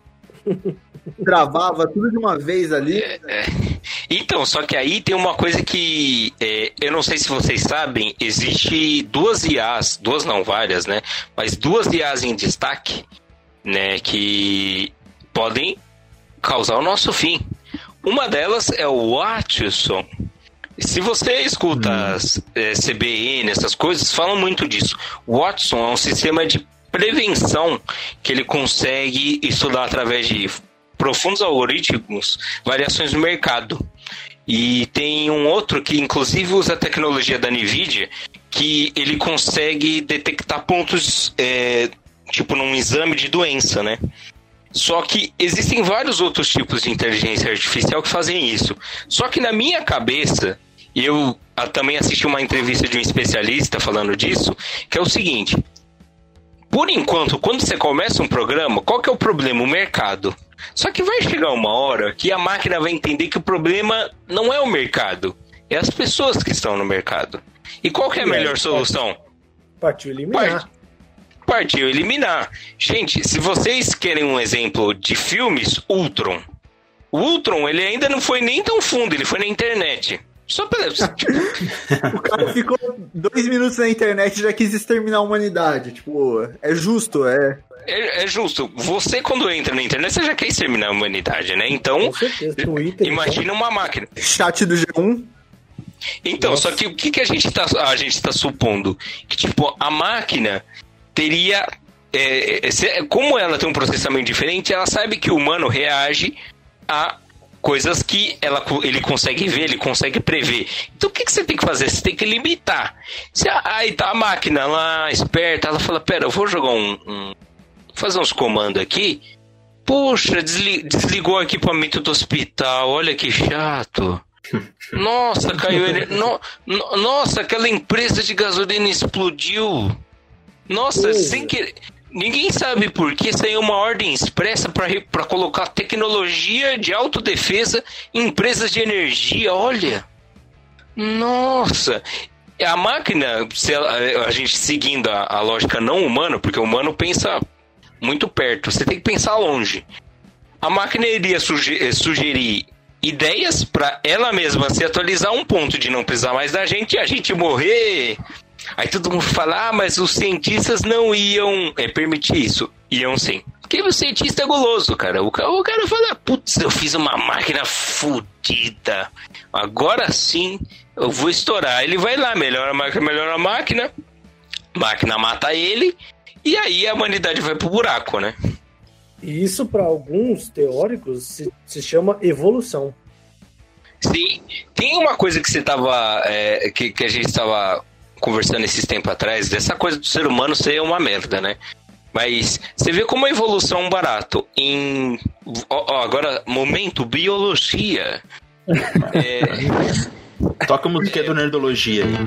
Travava tudo de uma vez ali. Então, só que aí tem uma coisa que eu não sei se vocês sabem, existe duas IAs, duas não, várias, né? Mas duas IAs em destaque, né, que podem causar o nosso fim. Uma delas é o Watson. Se você escuta as CBN, essas coisas, falam muito disso. O Watson é um sistema de prevenção que ele consegue estudar através de profundos algoritmos, variações no mercado. E tem um outro que inclusive usa a tecnologia da NVIDIA, que ele consegue detectar pontos, tipo num exame de doença, né? Só que existem vários outros tipos de inteligência artificial que fazem isso. Só que na minha cabeça, eu também assisti uma entrevista de um especialista falando disso, que é o seguinte: por enquanto, quando você começa um programa, qual que é o problema? O mercado. Só que vai chegar uma hora que a máquina vai entender que o problema não é o mercado, é as pessoas que estão no mercado. E qual que é a melhor solução? Partiu eliminar. Partiu eliminar. Gente, se vocês querem um exemplo de filmes, Ultron. O Ultron, ele ainda não foi nem tão fundo, ele foi na internet. Só pra... O cara ficou 2 minutos na internet e já quis exterminar a humanidade. Tipo, é justo, É justo. Você, quando entra na internet, você já quer exterminar a humanidade, né? Então, imagina uma máquina. Chat do G1. Então, nossa. Só que o que a gente tá supondo? Que, tipo, a máquina teria... como ela tem um processamento diferente, ela sabe que o humano reage a coisas que ele consegue ver, ele consegue prever. Então, o que você tem que fazer? Você tem que limitar. Aí tá a máquina lá, esperta, ela fala, pera, eu vou jogar fazer uns comandos aqui. Poxa, desligou o equipamento do hospital, olha que chato. Nossa, caiu ele. Nossa, aquela empresa de gasolina explodiu. Nossa, sem querer. Ninguém sabe por que saiu uma ordem expressa para colocar tecnologia de autodefesa em empresas de energia. Olha, Nossa! A máquina, se a gente seguindo a lógica não humana, porque o humano pensa muito perto, você tem que pensar longe. A máquina iria sugerir ideias para ela mesma se atualizar a um ponto de não precisar mais da gente e a gente morrer. Aí todo mundo fala, mas os cientistas não iam permitir isso. Iam sim. Porque o cientista é guloso, cara. O cara fala, putz, eu fiz uma máquina fodida. Agora sim eu vou estourar. Ele vai lá, melhora a máquina mata ele, e aí a humanidade vai pro buraco, né? E isso, para alguns teóricos, se chama evolução. Sim, tem uma coisa que você tava. Que a gente estava conversando esses tempos atrás, dessa coisa do ser humano ser uma merda, né? Mas você vê como a evolução é um barato. Agora, momento biologia. Toca a musiquinha do Nerdologia aí.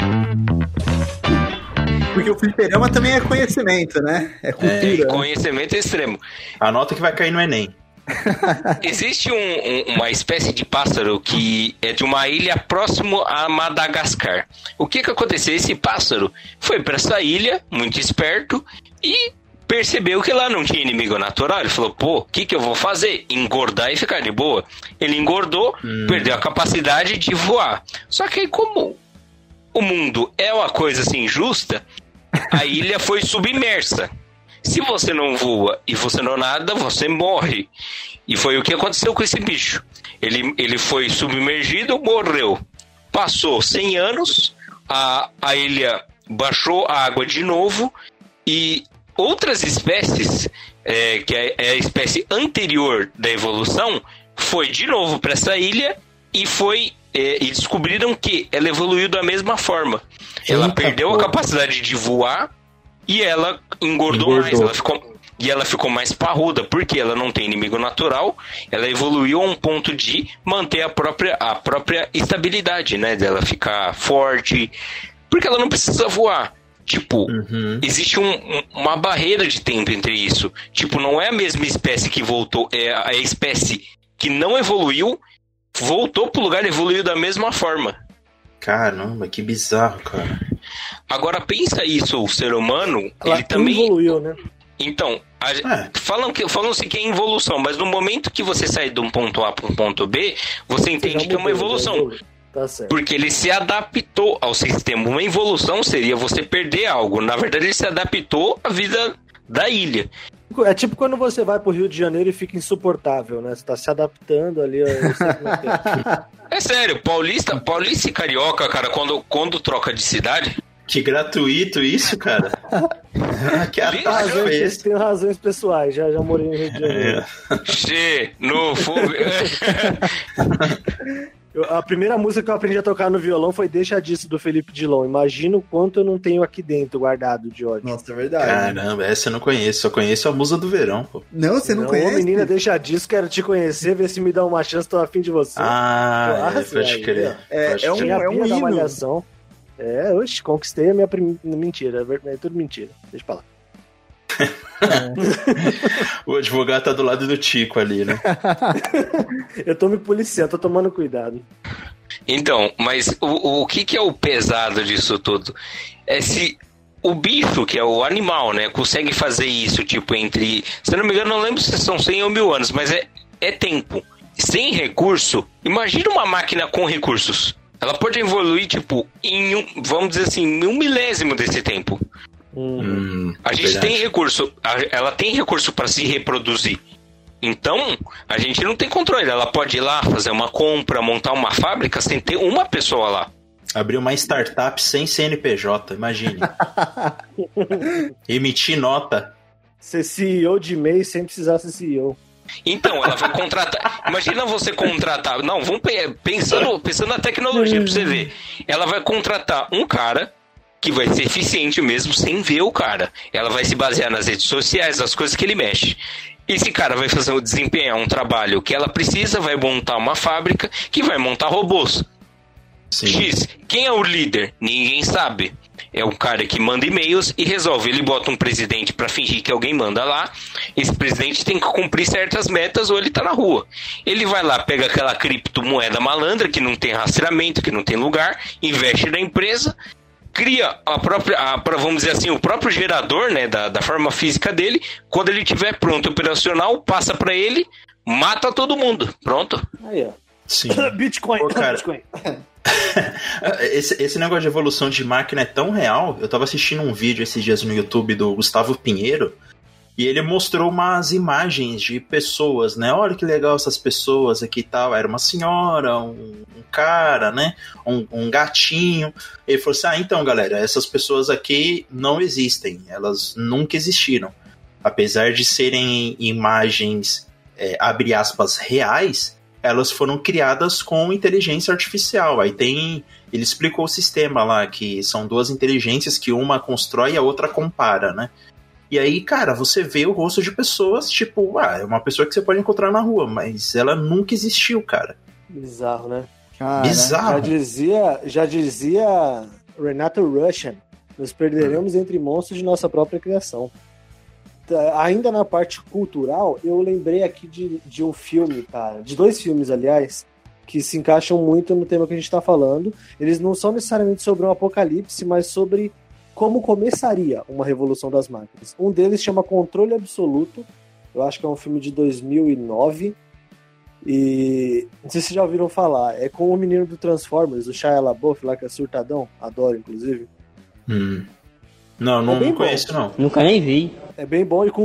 Porque o fliperama também é conhecimento, né? É cultura. Conhecimento extremo. Anota que vai cair no Enem. Existe uma espécie de pássaro que é de uma ilha próximo a Madagascar. O que aconteceu? Esse pássaro foi para essa ilha, muito esperto, e percebeu que lá não tinha inimigo natural. Ele falou, pô, o que eu vou fazer? Engordar e ficar de boa. Ele engordou, perdeu a capacidade de voar. Só que aí, como o mundo é uma coisa assim injusta, a ilha foi submersa. Se você não voa e você não nada, você morre. E foi o que aconteceu com esse bicho. Ele foi submergido, morreu. Passou 100 anos, a ilha baixou a água de novo e outras espécies, que é a espécie anterior da evolução, foi de novo para essa ilha e descobriram que ela evoluiu da mesma forma. Ela perdeu a capacidade de voar e ela engordou mais. Ela ficou mais parruda, porque ela não tem inimigo natural. Ela evoluiu a um ponto de manter a própria estabilidade, né? Dela ficar forte, porque ela não precisa voar. Tipo, existe uma barreira de tempo entre isso. Tipo, não é a mesma espécie que voltou, é a espécie que não evoluiu, voltou pro lugar e evoluiu da mesma forma. Caramba, que bizarro, cara. Agora, pensa isso, o ser humano, ela ele também evoluiu, né? Então, falam-se que é involução, mas no momento que você sai de um ponto A para um ponto B, você entende que é uma evolução. Tá certo. Porque ele se adaptou ao sistema. Uma evolução seria você perder algo. Na verdade, ele se adaptou à vida da ilha. É tipo quando você vai pro Rio de Janeiro e fica insuportável, né? Você tá se adaptando ali. É sério, paulista e carioca, cara, quando troca de cidade... Que gratuito isso, cara. Que ataque foi esse? Tenho razões pessoais, já morei no Rio de Janeiro. A primeira música que eu aprendi a tocar no violão foi Deixa Disso, do Felipe Dilon. Imagina o quanto eu não tenho aqui dentro guardado de ódio. Nossa, é verdade. Caramba, essa eu não conheço. Só conheço a Musa do Verão, pô. Não, você não conhece? Menina, Deixa Disso, quero te conhecer, ver se me dá uma chance, tô afim de você. Pode crer. É um hino. Oxe, conquistei a minha mentira, é tudo mentira, deixa pra lá. O advogado tá do lado do Tico ali, né? Eu tô me policiando, tô tomando cuidado. Então, mas o que é o pesado disso tudo? É se o bicho, que é o animal, né, consegue fazer isso, tipo, entre... Se não me engano, não lembro se são 100 ou 1000 anos, mas é tempo. Sem recurso, imagina uma máquina com recursos. Ela pode evoluir, tipo, vamos dizer assim, em 1/1000 desse tempo. A gente tem recurso, ela tem recurso para se reproduzir. Então, a gente não tem controle. Ela pode ir lá, fazer uma compra, montar uma fábrica sem ter uma pessoa lá. Abrir uma startup sem CNPJ, imagine. Emitir nota. Ser CEO de MEI sem precisar ser CEO. Então, ela vai contratar... Imagina você contratar... Não, vamos pensando na tecnologia pra você ver. Ela vai contratar um cara que vai ser eficiente mesmo sem ver o cara. Ela vai se basear nas redes sociais, nas coisas que ele mexe. Esse cara vai desempenhar um trabalho que ela precisa, vai montar uma fábrica que vai montar robôs. Sim. X. Quem é o líder? Ninguém sabe. é um cara que manda e-mails e resolve. Ele bota um presidente pra fingir que alguém manda lá. Esse presidente tem que cumprir certas metas ou ele tá na rua. Ele vai lá, pega aquela criptomoeda malandra que não tem rastreamento, que não tem lugar, investe na empresa, cria a própria, vamos dizer assim, o próprio gerador, né, da forma física dele. Quando ele estiver pronto, operacional, passa pra ele, mata todo mundo. Pronto. Aí, ó. Sim. Bitcoin. Pô, cara, Bitcoin. esse negócio de evolução de máquina é tão real. Eu tava assistindo um vídeo esses dias no YouTube do Gustavo Pinheiro e ele mostrou umas imagens de pessoas, né? Olha que legal essas pessoas aqui e tal. Era uma senhora, um cara, né? Um gatinho. Ele falou assim, então galera, essas pessoas aqui não existem. Elas nunca existiram. Apesar de serem imagens, abre aspas, reais, elas foram criadas com inteligência artificial. Aí ele explicou o sistema lá, que são duas inteligências que uma constrói e a outra compara, né? E aí, cara, você vê o rosto de pessoas, tipo, é uma pessoa que você pode encontrar na rua, mas ela nunca existiu, cara. Bizarro, né? Cara, Bizarro. Já dizia Renato Russian, nos perderemos entre monstros de nossa própria criação. Ainda na parte cultural, eu lembrei aqui de um filme, cara, de 2 filmes, aliás, que se encaixam muito no tema que a gente tá falando. Eles não são necessariamente sobre um apocalipse, mas sobre como começaria uma revolução das máquinas. Um deles chama Controle Absoluto, eu acho que é um filme de 2009, e não sei se vocês já ouviram falar, é com o menino do Transformers, o Shia LaBeouf, lá que é surtadão, adoro, inclusive. Não bem conheço, não. Nunca nem vi. É bem bom, e com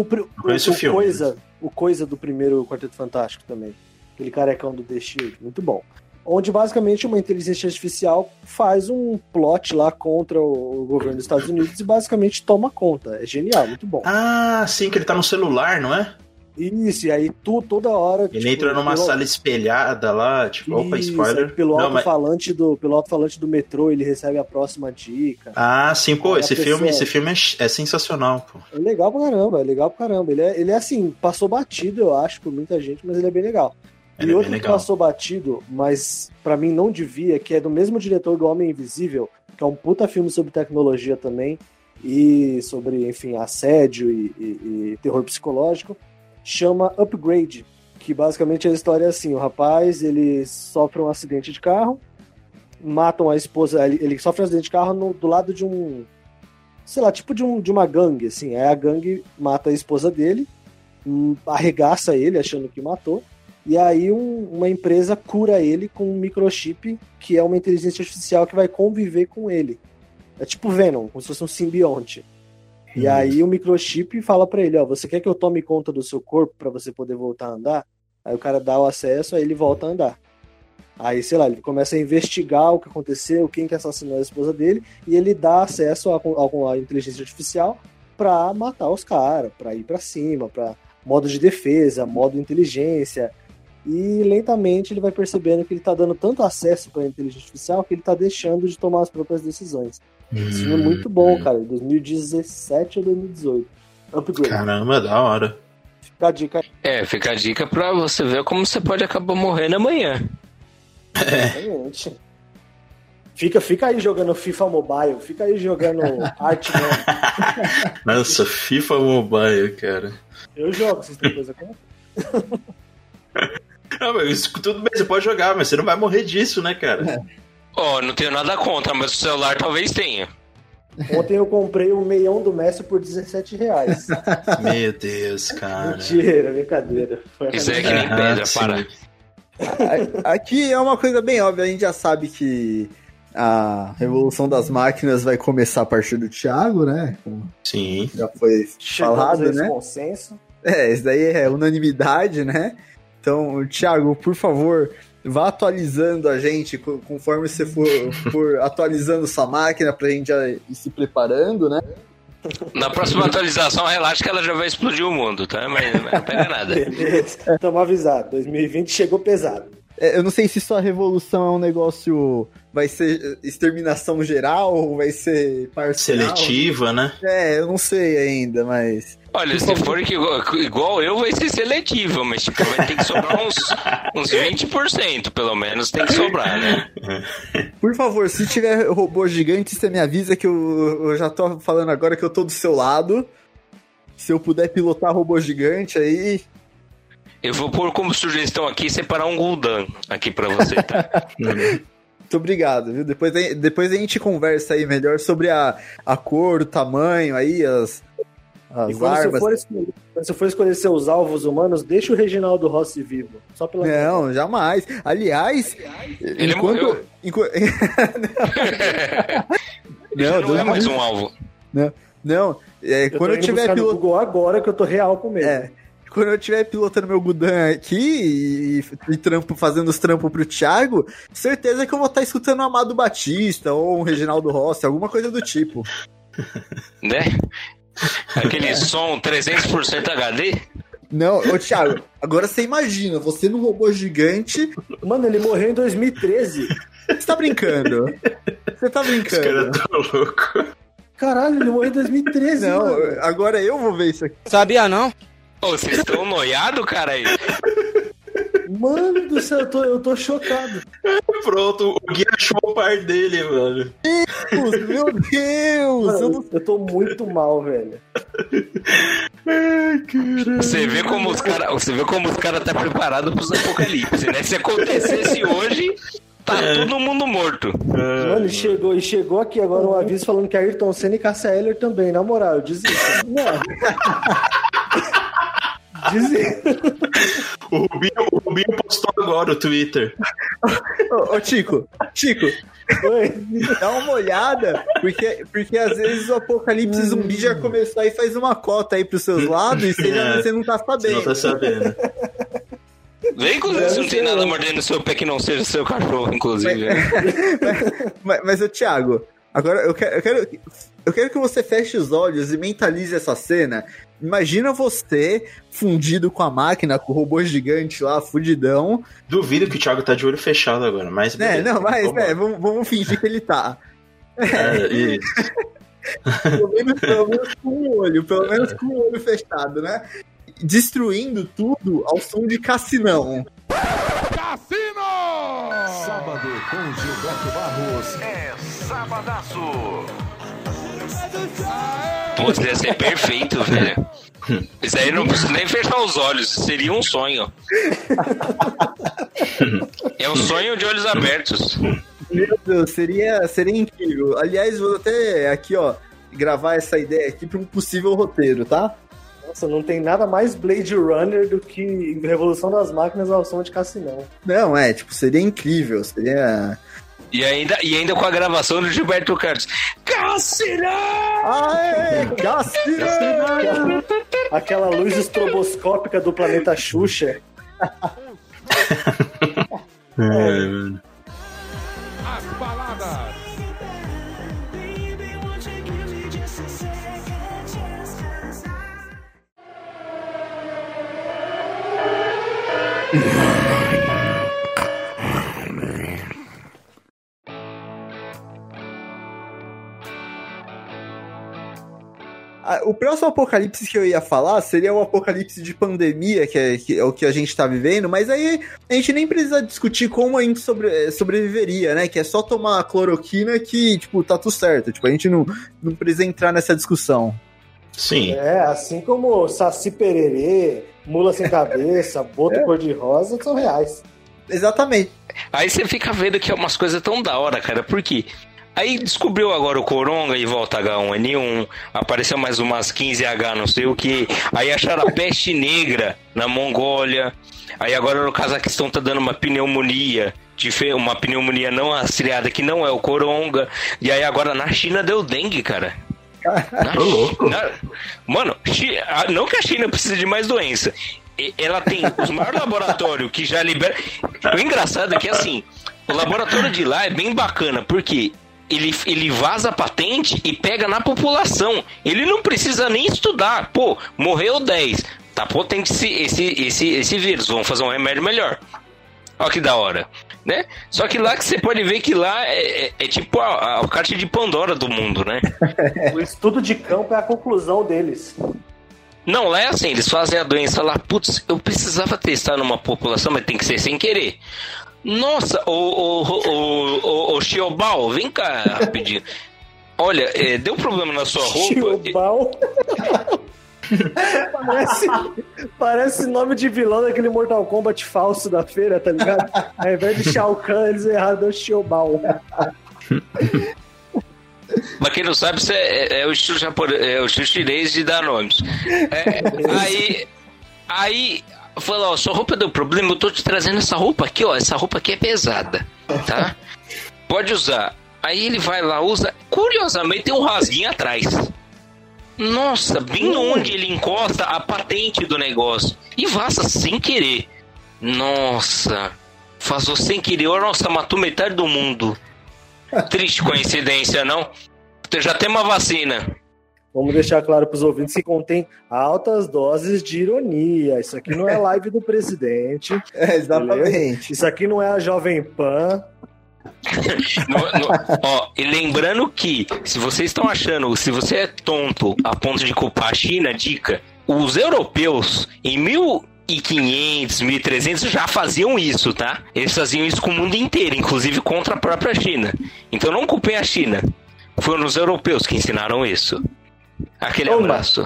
o Coisa do primeiro Quarteto Fantástico também. Aquele carecão do The Shield, muito bom. Onde basicamente uma inteligência artificial faz um plot lá contra o governo dos Estados Unidos e basicamente toma conta. É genial, muito bom. Ah, sim, que ele tá no celular, não é? Isso, e aí toda hora... Ele entra numa sala espelhada lá, tipo, opa, spoiler. Pelo alto-falante do metrô, ele recebe a próxima dica. Ah, sim, pô, Aí esse filme é sensacional, pô. É legal pra caramba, Ele é assim, passou batido, eu acho, por muita gente, mas ele é bem legal. E outro que passou batido, mas pra mim não devia, que é do mesmo diretor do Homem Invisível, que é um puta filme sobre tecnologia também, e sobre, enfim, assédio e terror psicológico, chama Upgrade, que basicamente a história é assim, o rapaz, ele sofre um acidente de carro, matam a esposa, ele sofre um acidente de carro do lado de um, sei lá, tipo de uma gangue, assim, aí a gangue mata a esposa dele, arregaça ele achando que matou, e aí uma empresa cura ele com um microchip, que é uma inteligência artificial que vai conviver com ele. É tipo Venom, como se fosse um simbionte. E aí o microchip fala pra ele, você quer que eu tome conta do seu corpo pra você poder voltar a andar? Aí o cara dá o acesso, aí ele volta a andar. Aí, sei lá, ele começa a investigar o que aconteceu, quem que assassinou a esposa dele, e ele dá acesso à inteligência artificial pra matar os caras, pra ir pra cima, pra modo de defesa, modo inteligência. E lentamente ele vai percebendo que ele tá dando tanto acesso pra inteligência artificial que ele tá deixando de tomar as próprias decisões. Esse filme é muito bom, cara, 2017 ou 2018. Upgrade. Caramba, da hora. Fica a dica. Fica a dica pra você ver como você pode acabar morrendo amanhã. Exatamente. Fica aí jogando FIFA Mobile, fica aí jogando Artman. Nossa, FIFA Mobile, cara. Eu jogo, vocês têm coisa com? Não, mas tudo bem, você pode jogar, mas você não vai morrer disso, né, cara? Não tenho nada contra, mas o celular talvez tenha. Ontem eu comprei o meião do Messi por R$17. Meu Deus, cara. Mentira, brincadeira. Isso é que nem pedra, para. Aqui é uma coisa bem óbvia, a gente já sabe que a revolução das máquinas vai começar a partir do Thiago, né? Como sim. Já foi falado, né? Consenso. Isso daí é unanimidade, né? Então, Thiago, por favor, vá atualizando a gente conforme você for atualizando sua máquina pra gente já ir se preparando, né? Na próxima atualização, relaxa que ela já vai explodir o mundo, tá? Mas não pega nada. Beleza. Estamos avisados. 2020 chegou pesado. Eu não sei se sua revolução é um negócio... Vai ser exterminação geral ou vai ser parcial? Seletiva, né? Eu não sei ainda, mas... Olha, se for igual eu, vai ser seletiva, mas tipo, vai ter que sobrar uns 20%, pelo menos, tem que sobrar, né? Por favor, se tiver robô gigante, você me avisa que eu já tô falando agora que eu tô do seu lado. Se eu puder pilotar robô gigante aí... Eu vou pôr como sugestão aqui separar um Gul'dan aqui pra você, tá? Muito obrigado, viu? Depois a gente conversa aí melhor sobre a cor, o tamanho aí, as e quando armas. Você for escolher seus alvos humanos, deixa o Reginaldo Rossi vivo. Só pela Não, jamais. Aliás, ele morreu. Não é mais um alvo. Não. Quando eu tiver pilotando agora que eu tô real com medo. Quando eu estiver pilotando meu Gul'dan aqui e fazendo os trampos pro Thiago, certeza que eu vou estar escutando o Amado Batista ou um Reginaldo Rossi, alguma coisa do tipo. Né? Aquele som 300% HD? Não, ô Thiago, agora você imagina, você num robô gigante... Mano, ele morreu em 2013. Você tá brincando? Os caras tão loucos. Caralho, ele morreu em 2013, Não, mano. Agora eu vou ver isso aqui. Sabia não? Ô, vocês estão noiados, cara, aí? Mano do céu, eu tô chocado. Pronto, o Gui achou o par dele, mano. Meu Deus! Mano, eu tô muito mal, velho. Ai, caralho. Você vê como os caras tá preparado pros apocalipse, né? Se acontecesse hoje, tá todo mundo morto. Mano, chegou aqui agora um aviso falando que Ayrton Senna e Cássia Eller também, na moral, eu desisto. Não. O Rubinho postou agora o Twitter. Ô, Chico, Oi? dá uma olhada, porque às vezes o apocalipse zumbi já começou e faz uma cota aí pros seus lados e você não tá sabendo. Você não tá sabendo. Vem com isso, não tem nada mordendo o seu pé que não seja seu cachorro, inclusive. Mas ô Thiago, agora eu quero que você feche os olhos e mentalize essa cena. Imagina você fundido com a máquina, com o robô gigante lá, fudidão. Duvido que o Thiago tá de olho fechado agora, mas... Vamos fingir que ele tá. Isso. Pelo menos com o olho fechado, né? Destruindo tudo ao som de Cassinão. Cassino! Sábado com Gilberto Barros é Sabadaço. Pô, isso ia ser perfeito, velho. Isso aí não precisa nem fechar os olhos, seria um sonho. É um sonho de olhos abertos. Meu Deus, seria incrível. Aliás, vou até aqui, ó, gravar essa ideia aqui para um possível roteiro, tá? Nossa, não tem nada mais Blade Runner do que Revolução das Máquinas ao som de Cassinão. Não, seria incrível, seria... E ainda com a gravação do Gilberto Carlos. Cassinão! Aê, Cassinão! Aquela luz estroboscópica do planeta Xuxa. As baladas. O próximo apocalipse que eu ia falar seria o apocalipse de pandemia, que é o que a gente tá vivendo, mas aí a gente nem precisa discutir como a gente sobreviveria, né? Que é só tomar cloroquina que, tipo, tá tudo certo. Tipo, a gente não precisa entrar nessa discussão. Sim. Assim como Saci Pererê, Mula Sem Cabeça, Boto Cor-de-Rosa são reais. Exatamente. Aí você fica vendo que é umas coisas tão da hora, cara, por quê? Aí descobriu agora o Coronga e volta H1N1, apareceu mais umas 15H não sei o que, aí acharam a peste negra na Mongólia, aí agora no Cazaquistão tá dando uma pneumonia não rastreada que não é o Coronga, e aí agora na China deu dengue, cara. Mano, não que a China precise de mais doença, ela tem os maiores laboratórios que já liberam. O engraçado é que assim, o laboratório de lá é bem bacana, porque ele vaza a patente e pega na população. Ele não precisa nem estudar. Pô, morreu 10. Tá potente esse vírus. Vamos fazer um remédio melhor. Olha que da hora, né? Só que lá que você pode ver que lá é tipo a caixa de Pandora do mundo, né? O estudo de campo é a conclusão deles. Não, lá é assim, eles fazem a doença lá, putz, eu precisava testar numa população, mas tem que ser sem querer. Nossa, ô Chiobal, vem cá rapidinho. Olha, deu problema na sua roupa. Chiobal. Parece nome de vilão daquele Mortal Kombat falso da feira, tá ligado? Ao invés de Shao Kahn, eles erraram, deu Chiobal. Mas quem não sabe, isso é o estilo japonês, é o estilo chinês de dar nomes. Aí falou, ó, sua roupa deu problema, eu tô te trazendo essa roupa aqui, ó. Essa roupa aqui é pesada, tá? Pode usar. Aí ele vai lá, usa. Curiosamente tem um rasguinho atrás. Nossa, bem onde ele encosta a patente do negócio. E vaza sem querer. Nossa, vazou sem querer. Nossa, matou metade do mundo. Triste coincidência, não? Já tem uma vacina. Vamos deixar claro para os ouvintes que contém altas doses de ironia. Isso aqui não é live do presidente. Exatamente. Beleza? Isso aqui não é a Jovem Pan. Ó, e lembrando que, se vocês estão achando, se você é tonto a ponto de culpar a China, dica, os europeus em 1500, 1300 já faziam isso, tá? Eles faziam isso com o mundo inteiro, inclusive contra a própria China. Então não culpem a China. Foram os europeus que ensinaram isso. Aquele abraço.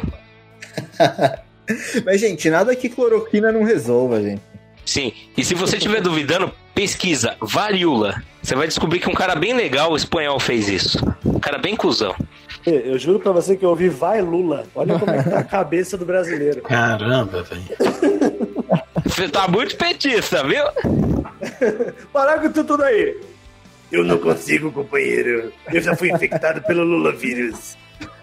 Mas, gente, nada que cloroquina não resolva, gente. Sim, e se você estiver duvidando, pesquisa varíola. Você vai descobrir que um cara bem legal, o espanhol, fez isso. Um cara bem cuzão. Eu juro pra você que eu ouvi vai Lula. Olha como é que tá a cabeça do brasileiro. Caramba, velho. Você tá muito petista, viu? Parar com tudo aí. Eu não consigo, companheiro. Eu já fui infectado pelo Lula vírus.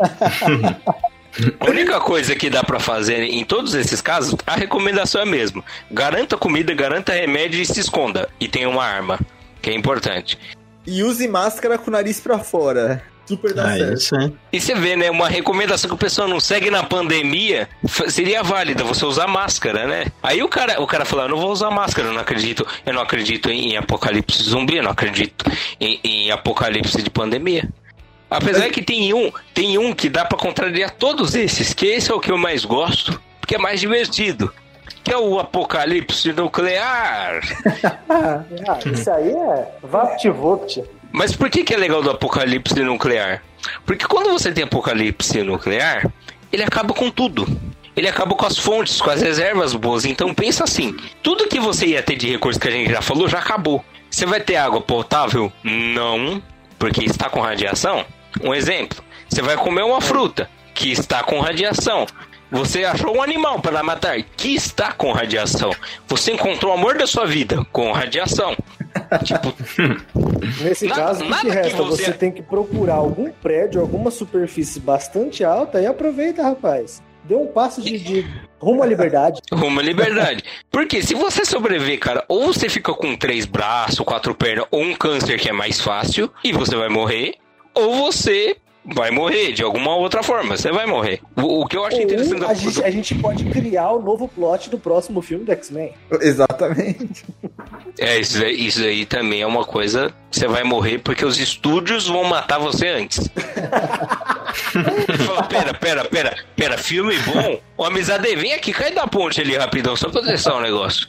A única coisa que dá pra fazer em todos esses casos, a recomendação é a mesma. Garanta comida, garanta remédio e se esconda. E tenha uma arma, que é importante. E use máscara com o nariz pra fora. Super dá certo. Isso, hein? E você vê, né, uma recomendação que o pessoal não segue na pandemia seria válida, você usar máscara, né? Aí o cara fala, eu não vou usar máscara, eu não acredito em apocalipse zumbi, eu não acredito em apocalipse de pandemia. Apesar que tem um que dá pra contrariar todos esses, que esse é o que eu mais gosto, porque é mais divertido, que é o apocalipse nuclear. Isso aí é VaptVopt. Mas por que é legal do apocalipse nuclear? Porque quando você tem apocalipse nuclear, ele acaba com tudo. Ele acaba com as fontes, com as reservas boas. Então pensa assim, tudo que você ia ter de recurso que a gente já falou, já acabou. Você vai ter água potável? Não, porque está com radiação. Um exemplo, você vai comer uma fruta que está com radiação. Você achou um animal para matar que está com radiação. Você encontrou o amor da sua vida com radiação. Tipo, nesse caso, o que resta? Você tem que procurar algum prédio, alguma superfície bastante alta e aproveita, rapaz. Dê um passo de rumo à liberdade. Rumo à liberdade. Porque se você sobreviver, cara, ou você fica com 3 braços, 4 pernas, ou um câncer que é mais fácil, e você vai morrer, ou você vai morrer de alguma outra forma, você vai morrer. O que eu acho interessante... A gente pode criar o novo plot do próximo filme do X-Men. Exatamente. Isso aí também é uma coisa... Você vai morrer porque os estúdios vão matar você antes. Fala, pera, filme bom? Ô, amizade, vem aqui, cai da ponte ali rapidão, só pra testar um negócio.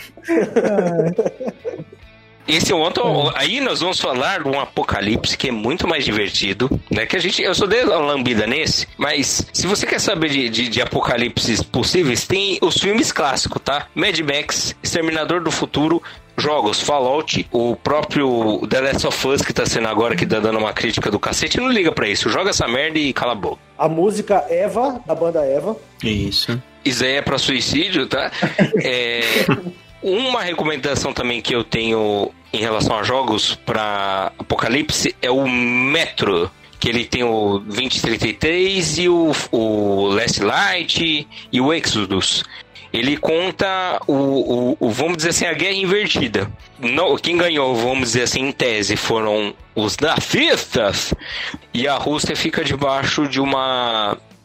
Esse outro, aí nós vamos falar de um apocalipse que é muito mais divertido, né? Que eu só dei uma lambida nesse, mas se você quer saber de apocalipses possíveis, tem os filmes clássicos, tá? Mad Max, Exterminador do Futuro, jogos, Fallout, o próprio The Last of Us que tá sendo agora, que tá dando uma crítica do cacete, não liga pra isso, joga essa merda e cala a boca. A música Eva, da banda Eva. Isso. Isso aí é pra suicídio, tá? Uma recomendação também que eu tenho em relação a jogos para Apocalipse é o Metro, que ele tem o 2033 e o Last Light e o Exodus. Ele conta vamos dizer assim, a guerra invertida. Quem ganhou, vamos dizer assim, em tese, foram os nazistas, e a Rússia fica debaixo de uma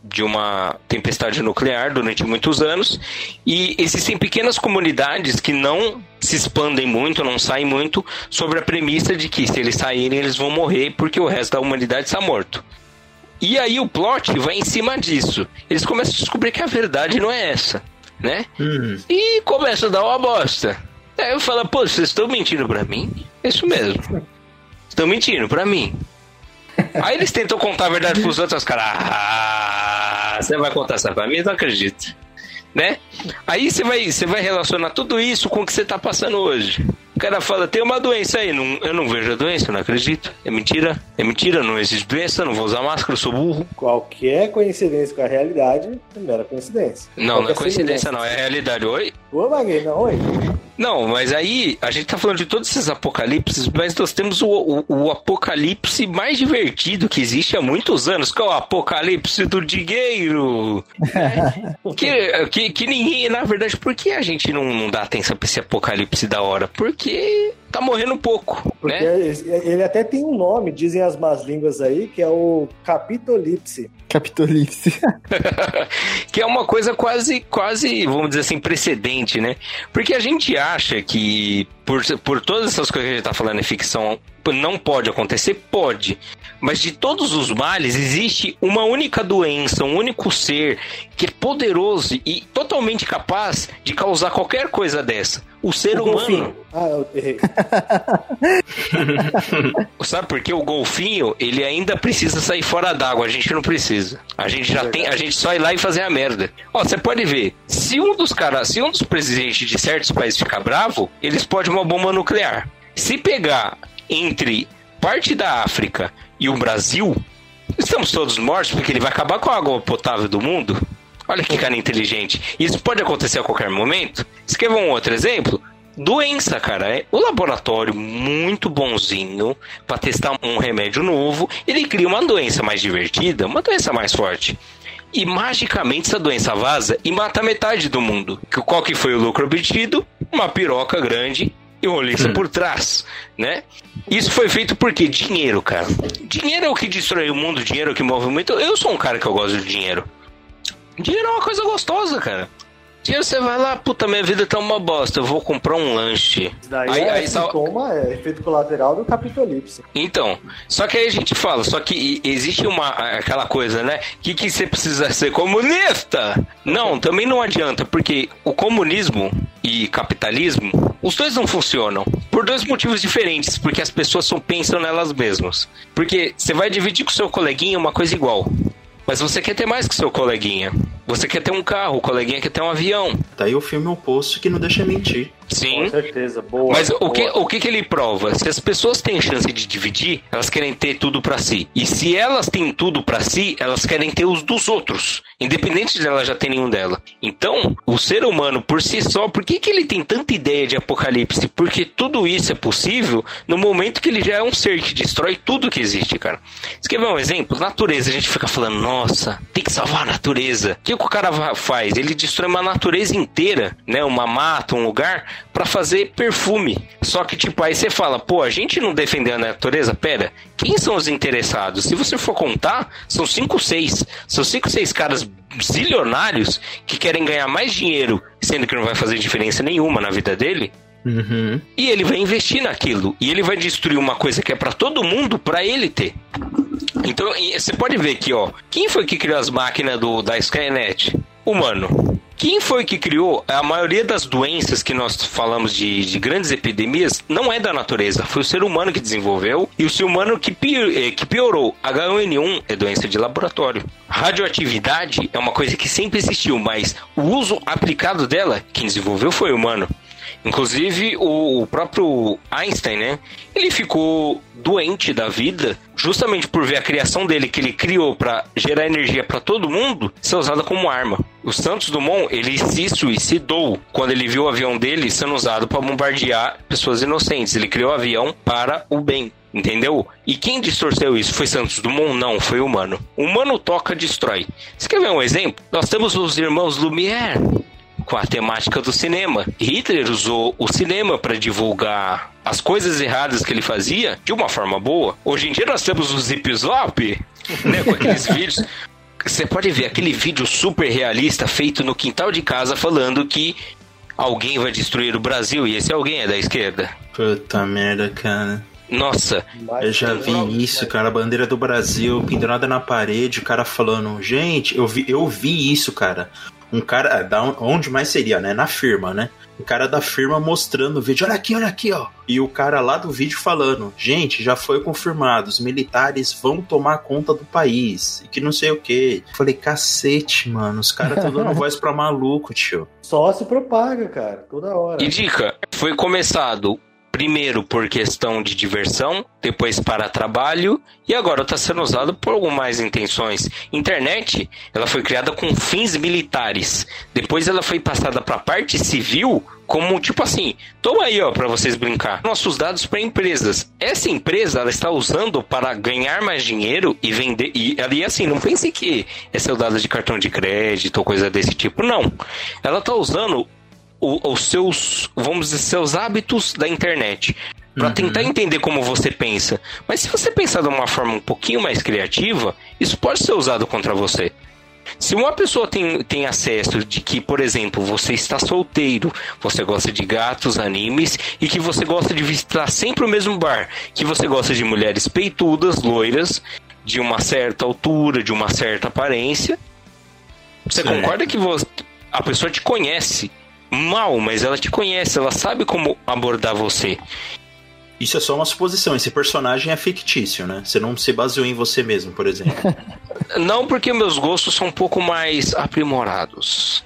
de uma tempestade nuclear durante muitos anos, e existem pequenas comunidades que não se expandem muito, não saem muito, sobre a premissa de que se eles saírem eles vão morrer porque o resto da humanidade está morto. E aí o plot vai em cima disso. Eles começam a descobrir que a verdade não é essa, né? E começa a dar uma bosta. Aí eu falo, pô, vocês estão mentindo pra mim? É isso mesmo. Estão mentindo pra mim. Aí eles tentam contar a verdade pros outros, os caras, você vai contar essa pra mim? Eu não acredito. Né? Aí você vai relacionar tudo isso com o que você tá passando hoje. O cara fala, tem uma doença aí, eu não vejo a doença, eu não acredito. É mentira, não existe doença, não vou usar máscara, eu sou burro. Qualquer coincidência com a realidade é mera coincidência. Não, não é coincidência não, é realidade. Oi? Ô, Magui, não, oi? Não, mas aí a gente tá falando de todos esses apocalipses, mas nós temos o apocalipse mais divertido que existe há muitos anos, que é o apocalipse do dinheiro. que ninguém, na verdade, por que a gente não dá atenção pra esse apocalipse da hora? Porque tá morrendo pouco, porque né? Ele até tem um nome, dizem as más línguas aí, que é o capitolipse. Capitolipse. Que é uma coisa quase, vamos dizer assim, precedente, né? Porque a gente acha que por todas essas coisas que a gente tá falando em ficção, não pode acontecer? Pode. Mas de todos os males, existe uma única doença, um único ser que é poderoso e totalmente capaz de causar qualquer coisa dessa. O ser humano. Golfinho. Eu errei. Sabe por quê? O golfinho, ele ainda precisa sair fora d'água, a gente não precisa. A gente já tem, a gente só ir lá e fazer a merda. Ó, você pode ver, se um dos presidentes de certos países ficar bravo, eles podem uma bomba nuclear. Se pegar entre parte da África e o Brasil, estamos todos mortos porque ele vai acabar com a água potável do mundo. Olha que cara inteligente. Isso pode acontecer a qualquer momento. Escreva um outro exemplo. Doença, cara. O laboratório muito bonzinho para testar um remédio novo, ele cria uma doença mais divertida, uma doença mais forte. E magicamente essa doença vaza e mata metade do mundo. Qual que foi o lucro obtido? Uma piroca grande e roliça por trás, né? Isso foi feito por quê? Dinheiro, cara. Dinheiro é o que destrói o mundo, dinheiro é o que move muito. Eu sou um cara que eu gosto de dinheiro. Dinheiro é uma coisa gostosa, cara. Dinheiro você vai lá, puta, minha vida tá uma bosta, eu vou comprar um lanche. Daí é sintoma, é efeito colateral do capitolipse. Então, só que aí a gente fala, só que existe aquela coisa, né? Que você precisa ser comunista? Não, também não adianta, porque o comunismo e capitalismo, os dois não funcionam. Por dois motivos diferentes, porque as pessoas só pensam nelas mesmas. Porque você vai dividir com o seu coleguinha uma coisa igual. Mas você quer ter mais que seu coleguinha. Você quer ter um carro, o coleguinha quer ter um avião. Daí o filme oposto que não deixa mentir. Sim. Com certeza, boa. Mas boa. O que ele prova? Se as pessoas têm chance de dividir, elas querem ter tudo pra si. E se elas têm tudo pra si, elas querem ter os dos outros, independente de ela já ter nenhum dela. Então, o ser humano por si só, por que ele tem tanta ideia de apocalipse? Porque tudo isso é possível no momento que ele já é um ser que destrói tudo que existe, cara. Você quer ver um exemplo? Natureza, a gente fica falando, nossa, tem que salvar a natureza. O que o cara faz? Ele destrói uma natureza inteira, né? Uma mata, um lugar, pra fazer perfume. Só que, tipo, aí você fala, pô, a gente não defendeu a natureza? Pera, quem são os interessados? Se você for contar, são 5, 6. São 5, 6 caras zilionários que querem ganhar mais dinheiro, sendo que não vai fazer diferença nenhuma na vida dele. Uhum. E ele vai investir naquilo. E ele vai destruir uma coisa que é pra todo mundo, pra ele ter. Então, você pode ver aqui, ó. Quem foi que criou as máquinas da Skynet? Humano. Quem foi que criou a maioria das doenças que nós falamos de grandes epidemias? Não é da natureza, foi o ser humano que desenvolveu e o ser humano que piorou. H1N1 é doença de laboratório. Radioatividade é uma coisa que sempre existiu, mas o uso aplicado dela, quem desenvolveu foi o humano. Inclusive, o próprio Einstein, né? Ele ficou doente da vida justamente por ver a criação dele, que ele criou para gerar energia para todo mundo, ser usada como arma. O Santos Dumont, ele se suicidou quando ele viu o avião dele sendo usado para bombardear pessoas inocentes. Ele criou o avião para o bem. Entendeu? E quem distorceu isso? Foi Santos Dumont? Não, foi o humano. O humano toca, destrói. Você quer ver um exemplo? Nós temos os irmãos Lumière, com a temática do cinema. Hitler usou o cinema para divulgar as coisas erradas que ele fazia de uma forma boa. Hoje em dia nós temos o Zip Zop, né, com aqueles vídeos. você pode ver aquele vídeo super realista feito no quintal de casa falando que alguém vai destruir o Brasil e esse alguém é da esquerda. Puta merda, cara. Nossa. Eu já vi isso, cara. A bandeira do Brasil pendurada na parede, o cara falando, gente, eu vi isso, cara. Um cara, onde mais seria, né? Na firma, né? O cara da firma mostrando o vídeo, olha aqui, ó. E o cara lá do vídeo falando, gente, já foi confirmado, os militares vão tomar conta do país. E que não sei o quê. Falei, cacete, mano, os caras estão dando voz pra maluco, tio. Só se propaga, cara, toda hora. E dica, foi começado primeiro por questão de diversão, depois para trabalho, e agora está sendo usado por algumas mais intenções. Internet, ela foi criada com fins militares. Depois ela foi passada para a parte civil, como tipo assim, toma aí, ó, para vocês brincar. Nossos dados para empresas. Essa empresa, ela está usando para ganhar mais dinheiro e vender. E assim, não pense que é seu dado de cartão de crédito ou coisa desse tipo. Não. Ela está usando os seus, vamos dizer, seus hábitos da internet para tentar entender como você pensa. Mas se você pensar de uma forma um pouquinho mais criativa, isso pode ser usado contra você. Se uma pessoa tem acesso de que, por exemplo, você está solteiro, você gosta de gatos, animes e que você gosta de visitar sempre o mesmo bar, que você gosta de mulheres peitudas, loiras, de uma certa altura, de uma certa aparência, você concorda que a pessoa te conhece mal, mas ela te conhece, ela sabe como abordar você. Isso é só uma suposição, esse personagem é fictício, né? Você não se baseou em você mesmo, por exemplo. Não, porque meus gostos são um pouco mais aprimorados.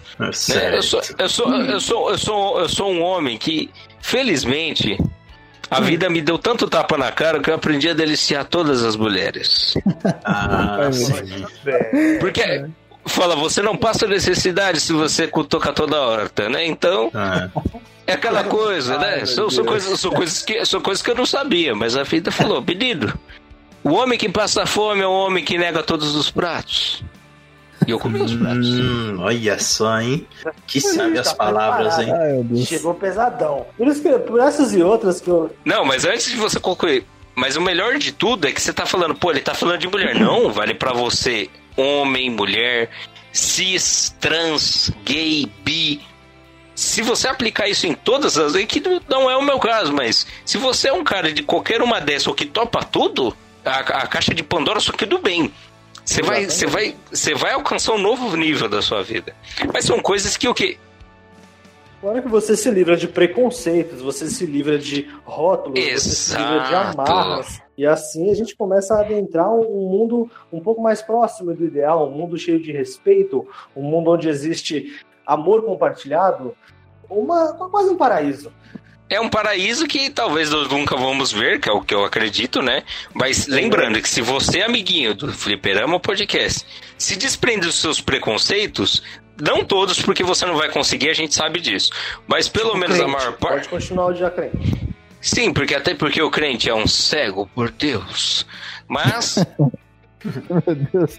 Eu sou um homem que, felizmente, a vida me deu tanto tapa na cara que eu aprendi a deliciar todas as mulheres. Sim. Porque fala, você não passa necessidade se você cutuca toda a horta, né? Então, é aquela coisa, né? São coisas que eu não sabia, mas a vida falou, menino, o homem que passa fome é o homem que nega todos os pratos. E eu comi os pratos. Olha só, hein? Que sabe as palavras, hein? Chegou pesadão. Por isso que, por essas e outras que eu... Não, mas antes de você concluir, mas o melhor de tudo é que você tá falando, pô, ele tá falando de mulher. Não, vale pra você, homem, mulher, cis, trans, gay, bi. Se você aplicar isso em todas as... que não é o meu caso, mas se você é um cara de qualquer uma dessas ou que topa tudo, a caixa de Pandora só que do bem. Você vai alcançar um novo nível da sua vida. Mas são coisas que o quê? Na hora que você se livra de preconceitos, você se livra de rótulos, você se livra de amarras. E assim a gente começa a adentrar um mundo um pouco mais próximo do ideal, um mundo cheio de respeito, um mundo onde existe amor compartilhado, quase um paraíso. É um paraíso que talvez nós nunca vamos ver, que é o que eu acredito, né? Mas lembrando que se você, amiguinho do Fliperama Podcast, se desprende dos seus preconceitos, não todos, porque você não vai conseguir, a gente sabe disso. Mas pelo menos crente, a maior parte... Pode continuar o dia crente. Sim, até porque o crente é um cego por Deus. Mas... Meu Deus.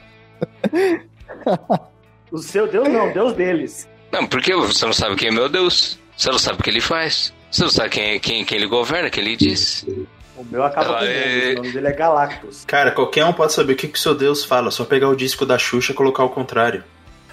O seu Deus não, Deus deles. Não, porque você não sabe quem é meu Deus. Você não sabe o que ele faz. Você não sabe quem ele governa, quem ele diz. O meu acaba com o nome dele é Galactus. Cara, qualquer um pode saber o que o seu Deus fala. Só pegar o disco da Xuxa e colocar ao contrário.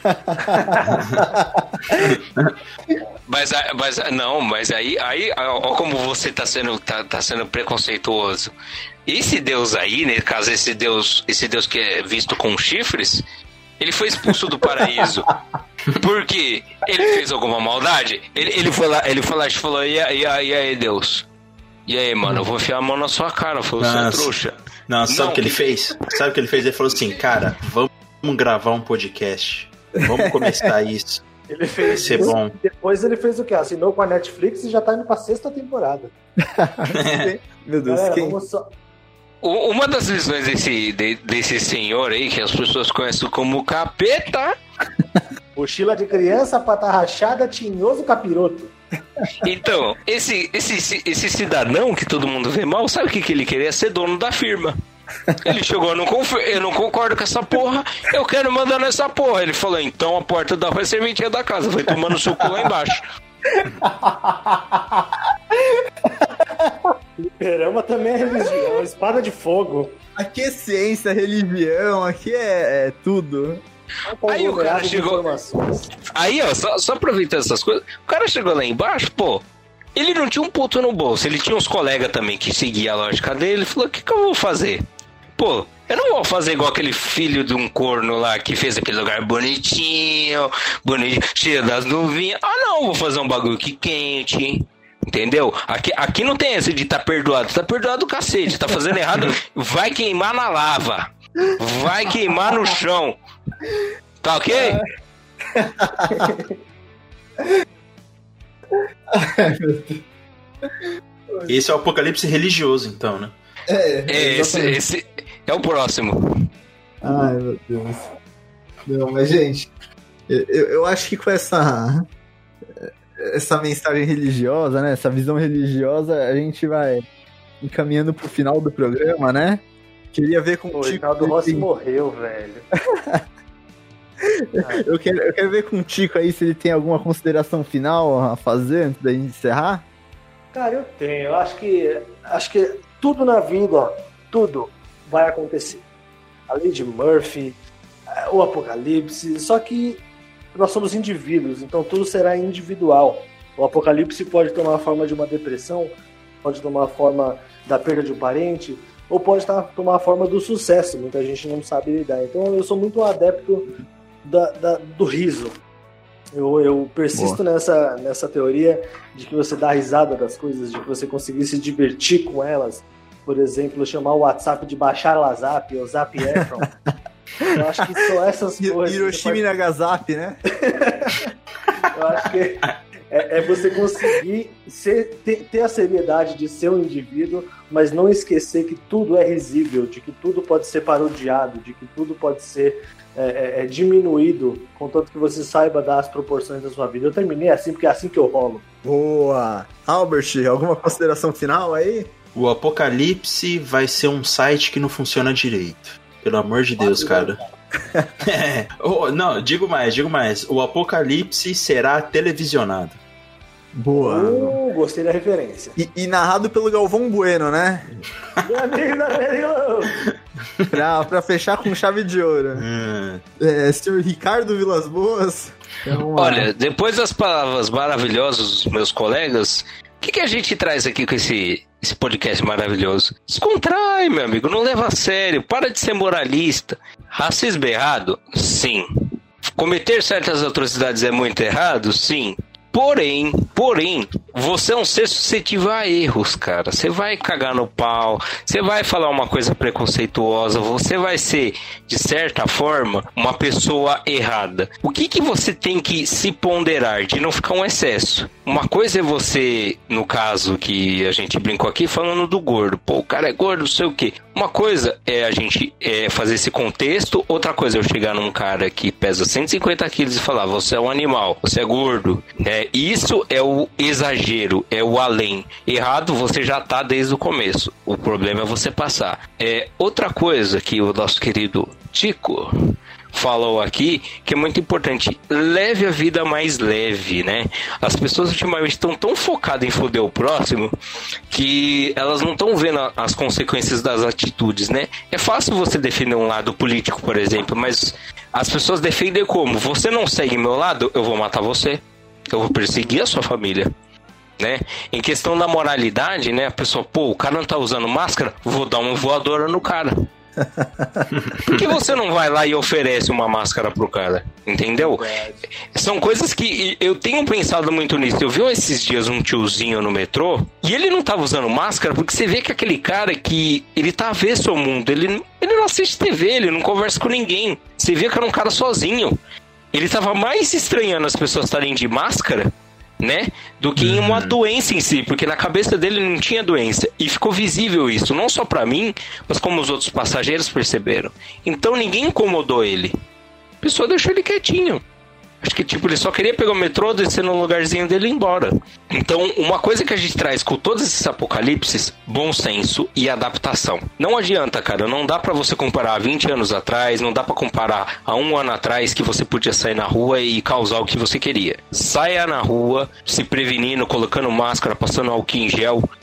mas aí ó como você tá sendo preconceituoso. Esse Deus aí, nesse caso esse Deus que é visto com chifres, ele foi expulso do paraíso. Porque ele fez alguma maldade? Ele foi lá e falou, e aí, Deus? E aí, mano, eu vou enfiar a mão na sua cara, foi você é trouxa. Não, sabe o que ele fez? Sabe o que ele fez? Ele falou assim, cara, vamos gravar um podcast. Vamos começar isso. Ele fez vai ser isso, bom. Depois ele fez o quê? Assinou com a Netflix e já tá indo pra 6ª temporada. Meu Deus, galera, quem... vamos só... Uma das visões desse senhor aí, que as pessoas conhecem como capeta... Mochila de criança, pata rachada, tinhoso, capiroto. Então, esse cidadão que todo mundo vê mal, sabe o que ele queria? Ser dono da firma. Ele chegou, eu não concordo com essa porra, eu quero mandar nessa porra. Ele falou, então a porta da serventia da casa, vai tomando suco lá embaixo. Fliperama também é religião, espada de fogo. Aqui é ciência, religião, aqui é tudo. Aí o cara chegou. Aí, ó, só aproveitando essas coisas, o cara chegou lá embaixo, pô. Ele não tinha um puto no bolso, ele tinha uns colegas também que seguiam a lógica dele. Ele falou: o que eu vou fazer? Pô, eu não vou fazer igual aquele filho de um corno lá que fez aquele lugar bonitinho, cheio das nuvinhas. Ah, não, vou fazer um bagulho que quente. Entendeu? Aqui não tem esse de tá perdoado o cacete, tá fazendo errado, vai queimar na lava, vai queimar no chão, tá ok? Esse é o apocalipse religioso, então, né? Esse é o próximo. Ai, meu Deus. Não, mas, gente, eu acho que com essa mensagem religiosa, né? Essa visão religiosa, a gente vai encaminhando pro final do programa, né? Queria ver com o Tico. O Rinaldo Rossi morreu, velho. Eu quero ver com o Tico aí se ele tem alguma consideração final a fazer antes da gente encerrar. Cara, eu tenho. Eu acho que tudo na vida, tudo vai acontecer. A lei de Murphy, o apocalipse, só que nós somos indivíduos, então tudo será individual. O apocalipse pode tomar a forma de uma depressão, pode tomar a forma da perda de um parente, ou pode tomar a forma do sucesso. Muita gente não sabe lidar. Então eu sou muito adepto do riso. Eu persisto nessa teoria de que você dá risada das coisas, de que você conseguir se divertir com elas. Por exemplo, chamar o WhatsApp de Bashar al-Assad ou Zap Efron. Eu acho que são essas coisas. Hiroshima e Nagasaki, né? Eu acho que é você conseguir ter a seriedade de ser um indivíduo, mas não esquecer que tudo é risível, de que tudo pode ser parodiado, de que tudo pode ser diminuído, contanto que você saiba dar as proporções da sua vida. Eu terminei assim porque é assim que eu rolo. Boa! Albert, alguma consideração final aí? O apocalipse vai ser um site que não funciona direito. Pelo amor de Deus, cara. Não, digo mais. O apocalipse será televisionado. Boa. Gostei da referência. E narrado pelo Galvão Bueno, né? pra fechar com chave de ouro. Senhor Ricardo Vilas Boas. Olha, depois das palavras maravilhosas dos meus colegas, o que a gente traz aqui com esse podcast maravilhoso? Descontrai, meu amigo, não leva a sério, para de ser moralista. Racismo é errado? Sim. Cometer certas atrocidades é muito errado? Sim. Porém, você é um ser suscetível a erros, cara. Você vai cagar no pau, você vai falar uma coisa preconceituosa, você vai ser, de certa forma, uma pessoa errada. O que você tem que se ponderar de não ficar um excesso? Uma coisa é você, no caso que a gente brincou aqui, falando do gordo. Pô, o cara é gordo, não sei o quê. Uma coisa é a gente fazer esse contexto, outra coisa é eu chegar num cara que pesa 150 quilos e falar: você é um animal, você é gordo. Isso é o exagero, é o além. Errado você já tá desde o começo. O problema é você passar. Outra coisa que o nosso querido Tico falou aqui, que é muito importante: leve a vida mais leve, né? As pessoas ultimamente estão tão focadas em foder o próximo que elas não estão vendo as consequências das atitudes, né? É fácil você defender um lado político, por exemplo, mas as pessoas defendem como? Você não segue meu lado, eu vou matar você, eu vou perseguir a sua família, né? Em questão da moralidade, né? A pessoa, pô, o cara não tá usando máscara, vou dar uma voadora no cara. Por que você não vai lá e oferece uma máscara pro cara? Entendeu? São coisas que eu tenho pensado muito nisso. Eu vi esses dias um tiozinho no metrô e ele não tava usando máscara porque você vê que aquele cara que ele tá avesso ao mundo, ele não assiste TV, ele não conversa com ninguém. Você vê que era um cara sozinho. Ele tava mais estranhando as pessoas estarem de máscara, né, do que em uma doença em si, porque na cabeça dele não tinha doença, e ficou visível isso, não só pra mim, mas como os outros passageiros perceberam. Então ninguém incomodou ele, a pessoa deixou ele quietinho. Acho que ele só queria pegar o metrô, descer no lugarzinho dele e ir embora. Então, uma coisa que a gente traz com todos esses apocalipses: bom senso e adaptação. Não adianta, cara, não dá pra você comparar 20 anos atrás, não dá pra comparar a 1 ano atrás que você podia sair na rua e causar o que você queria. Saia na rua, se prevenindo, colocando máscara, passando álcool em gel,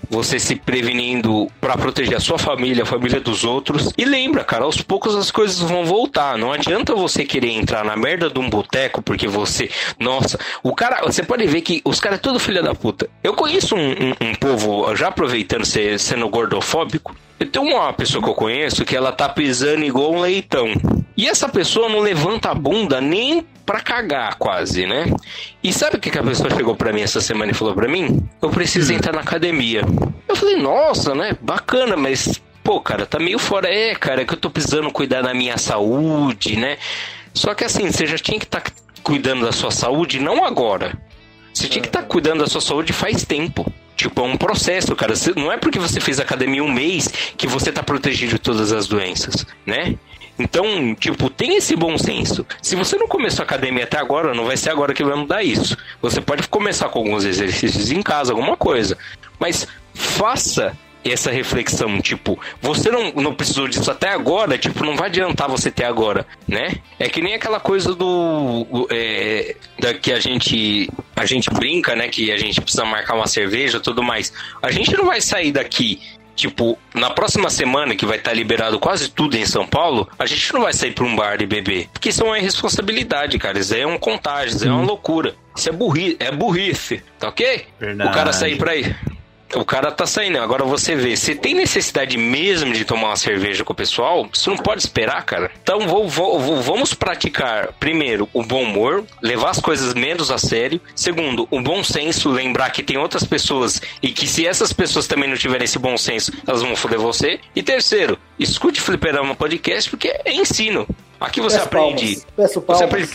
você se prevenindo pra proteger a sua família, a família dos outros. E lembra, cara, aos poucos as coisas vão voltar. Não adianta você querer entrar na merda de um boteco porque você... Nossa, o cara... Você pode ver que os caras é tudo filha da puta. Eu conheço um povo, já aproveitando sendo gordofóbico, eu tenho uma pessoa que eu conheço que ela tá pisando igual um leitão. E essa pessoa não levanta a bunda nem pra cagar, quase, né? E sabe o que a pessoa chegou pra mim essa semana e falou pra mim? Eu preciso entrar na academia. Eu falei, nossa, né? Bacana, mas... Pô, cara, tá meio fora. Cara, é que eu tô precisando cuidar da minha saúde, né? Só que assim, você já tinha que estar cuidando da sua saúde, não agora. Você tinha que estar cuidando da sua saúde faz tempo. Tipo, é um processo, cara. Não é porque você fez academia um mês que você tá protegido de todas as doenças, né? Então, tipo, tem esse bom senso. Se você não começou a academia até agora, não vai ser agora que vai mudar isso. Você pode começar com alguns exercícios em casa, alguma coisa. Mas faça essa reflexão, tipo, você não precisou disso até agora, tipo, não vai adiantar você ter agora, né? É que nem aquela coisa da que a gente brinca, né, que a gente precisa marcar uma cerveja e tudo mais. A gente não vai sair daqui, tipo, na próxima semana que vai estar liberado quase tudo em São Paulo, a gente não vai sair pra um bar e beber, porque isso é uma irresponsabilidade, cara, isso aí é um contágio, isso é uma loucura, isso é burrice, tá ok? Verdade. O cara sair pra ir... O cara tá saindo, agora você vê, se tem necessidade mesmo de tomar uma cerveja com o pessoal, você não pode esperar, cara. Então vamos praticar, primeiro, o bom humor, levar as coisas menos a sério. Segundo, o bom senso, lembrar que tem outras pessoas e que se essas pessoas também não tiverem esse bom senso, elas vão foder você. E terceiro, escute Fliperama Podcast porque é ensino. Aqui você aprende... Peço palmas. Você aprende...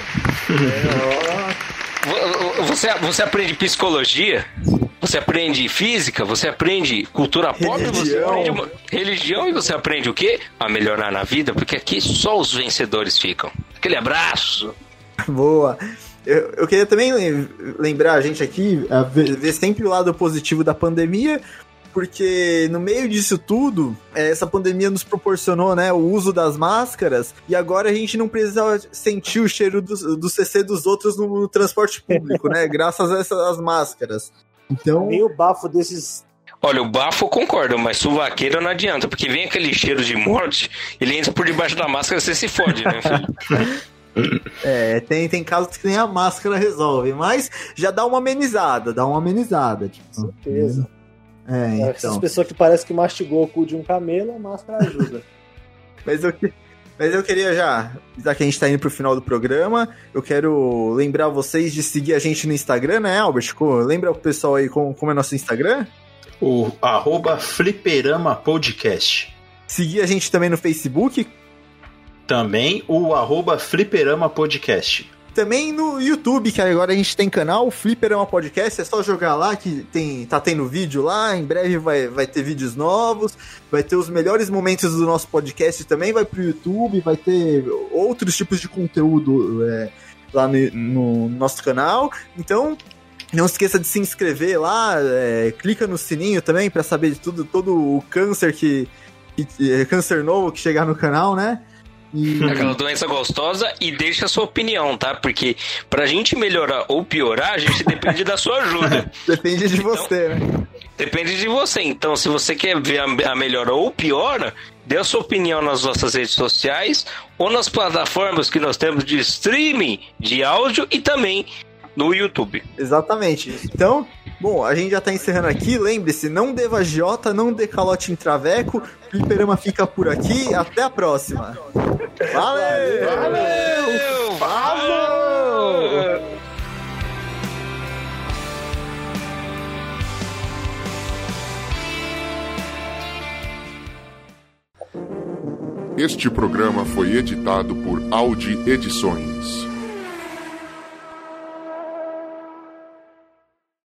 Você aprende psicologia, você aprende física, você aprende cultura pop, você aprende religião e você aprende o quê? A melhorar na vida, porque aqui só os vencedores ficam. Aquele abraço. Boa. Eu queria também lembrar a gente aqui, ver sempre o lado positivo da pandemia, porque no meio disso tudo, essa pandemia nos proporcionou, né, o uso das máscaras, e agora a gente não precisa sentir o cheiro do CC dos outros no transporte público, né, graças a essas máscaras. Então... Nem o bafo desses... Olha, o bafo eu concordo, mas suvaqueiro não adianta, porque vem aquele cheiro de morte, ele entra por debaixo da máscara e você se fode, né, filho? Tem casos que nem a máscara resolve, mas já dá uma amenizada, Tipo, com certeza. Então. Essas pessoas que parecem que mastigou o cu de um camelo, a máscara ajuda. Mas eu queria já que a gente tá indo pro final do programa, eu quero lembrar vocês de seguir a gente no Instagram, né, Albert? Lembra o pessoal aí como é nosso Instagram? O @Fliperama Podcast. Seguir a gente também no Facebook. Também o @Fliperama Podcast. Também no YouTube, que agora a gente tem canal, Fliperama Podcast, é só jogar lá que tá tendo vídeo lá, em breve vai ter vídeos novos, vai ter os melhores momentos do nosso podcast também, vai pro YouTube, vai ter outros tipos de conteúdo lá no nosso canal, então não esqueça de se inscrever lá, clica no sininho também pra saber de tudo, todo o câncer câncer novo que chegar no canal, né? Aquela doença gostosa, e deixa a sua opinião, tá? Porque pra gente melhorar ou piorar, a gente depende da sua ajuda. Depende de você, né? Depende de você. Então, se você quer ver a melhora ou piora, dê a sua opinião nas nossas redes sociais ou nas plataformas que nós temos de streaming de áudio e também no YouTube. Exatamente. Então, bom, a gente já tá encerrando aqui. Lembre-se, não dê vagiota, não dê calote em traveco. O Fliperama fica por aqui. Até a próxima. Valeu! Valeu! Falou! Este programa foi editado por Audi Edições.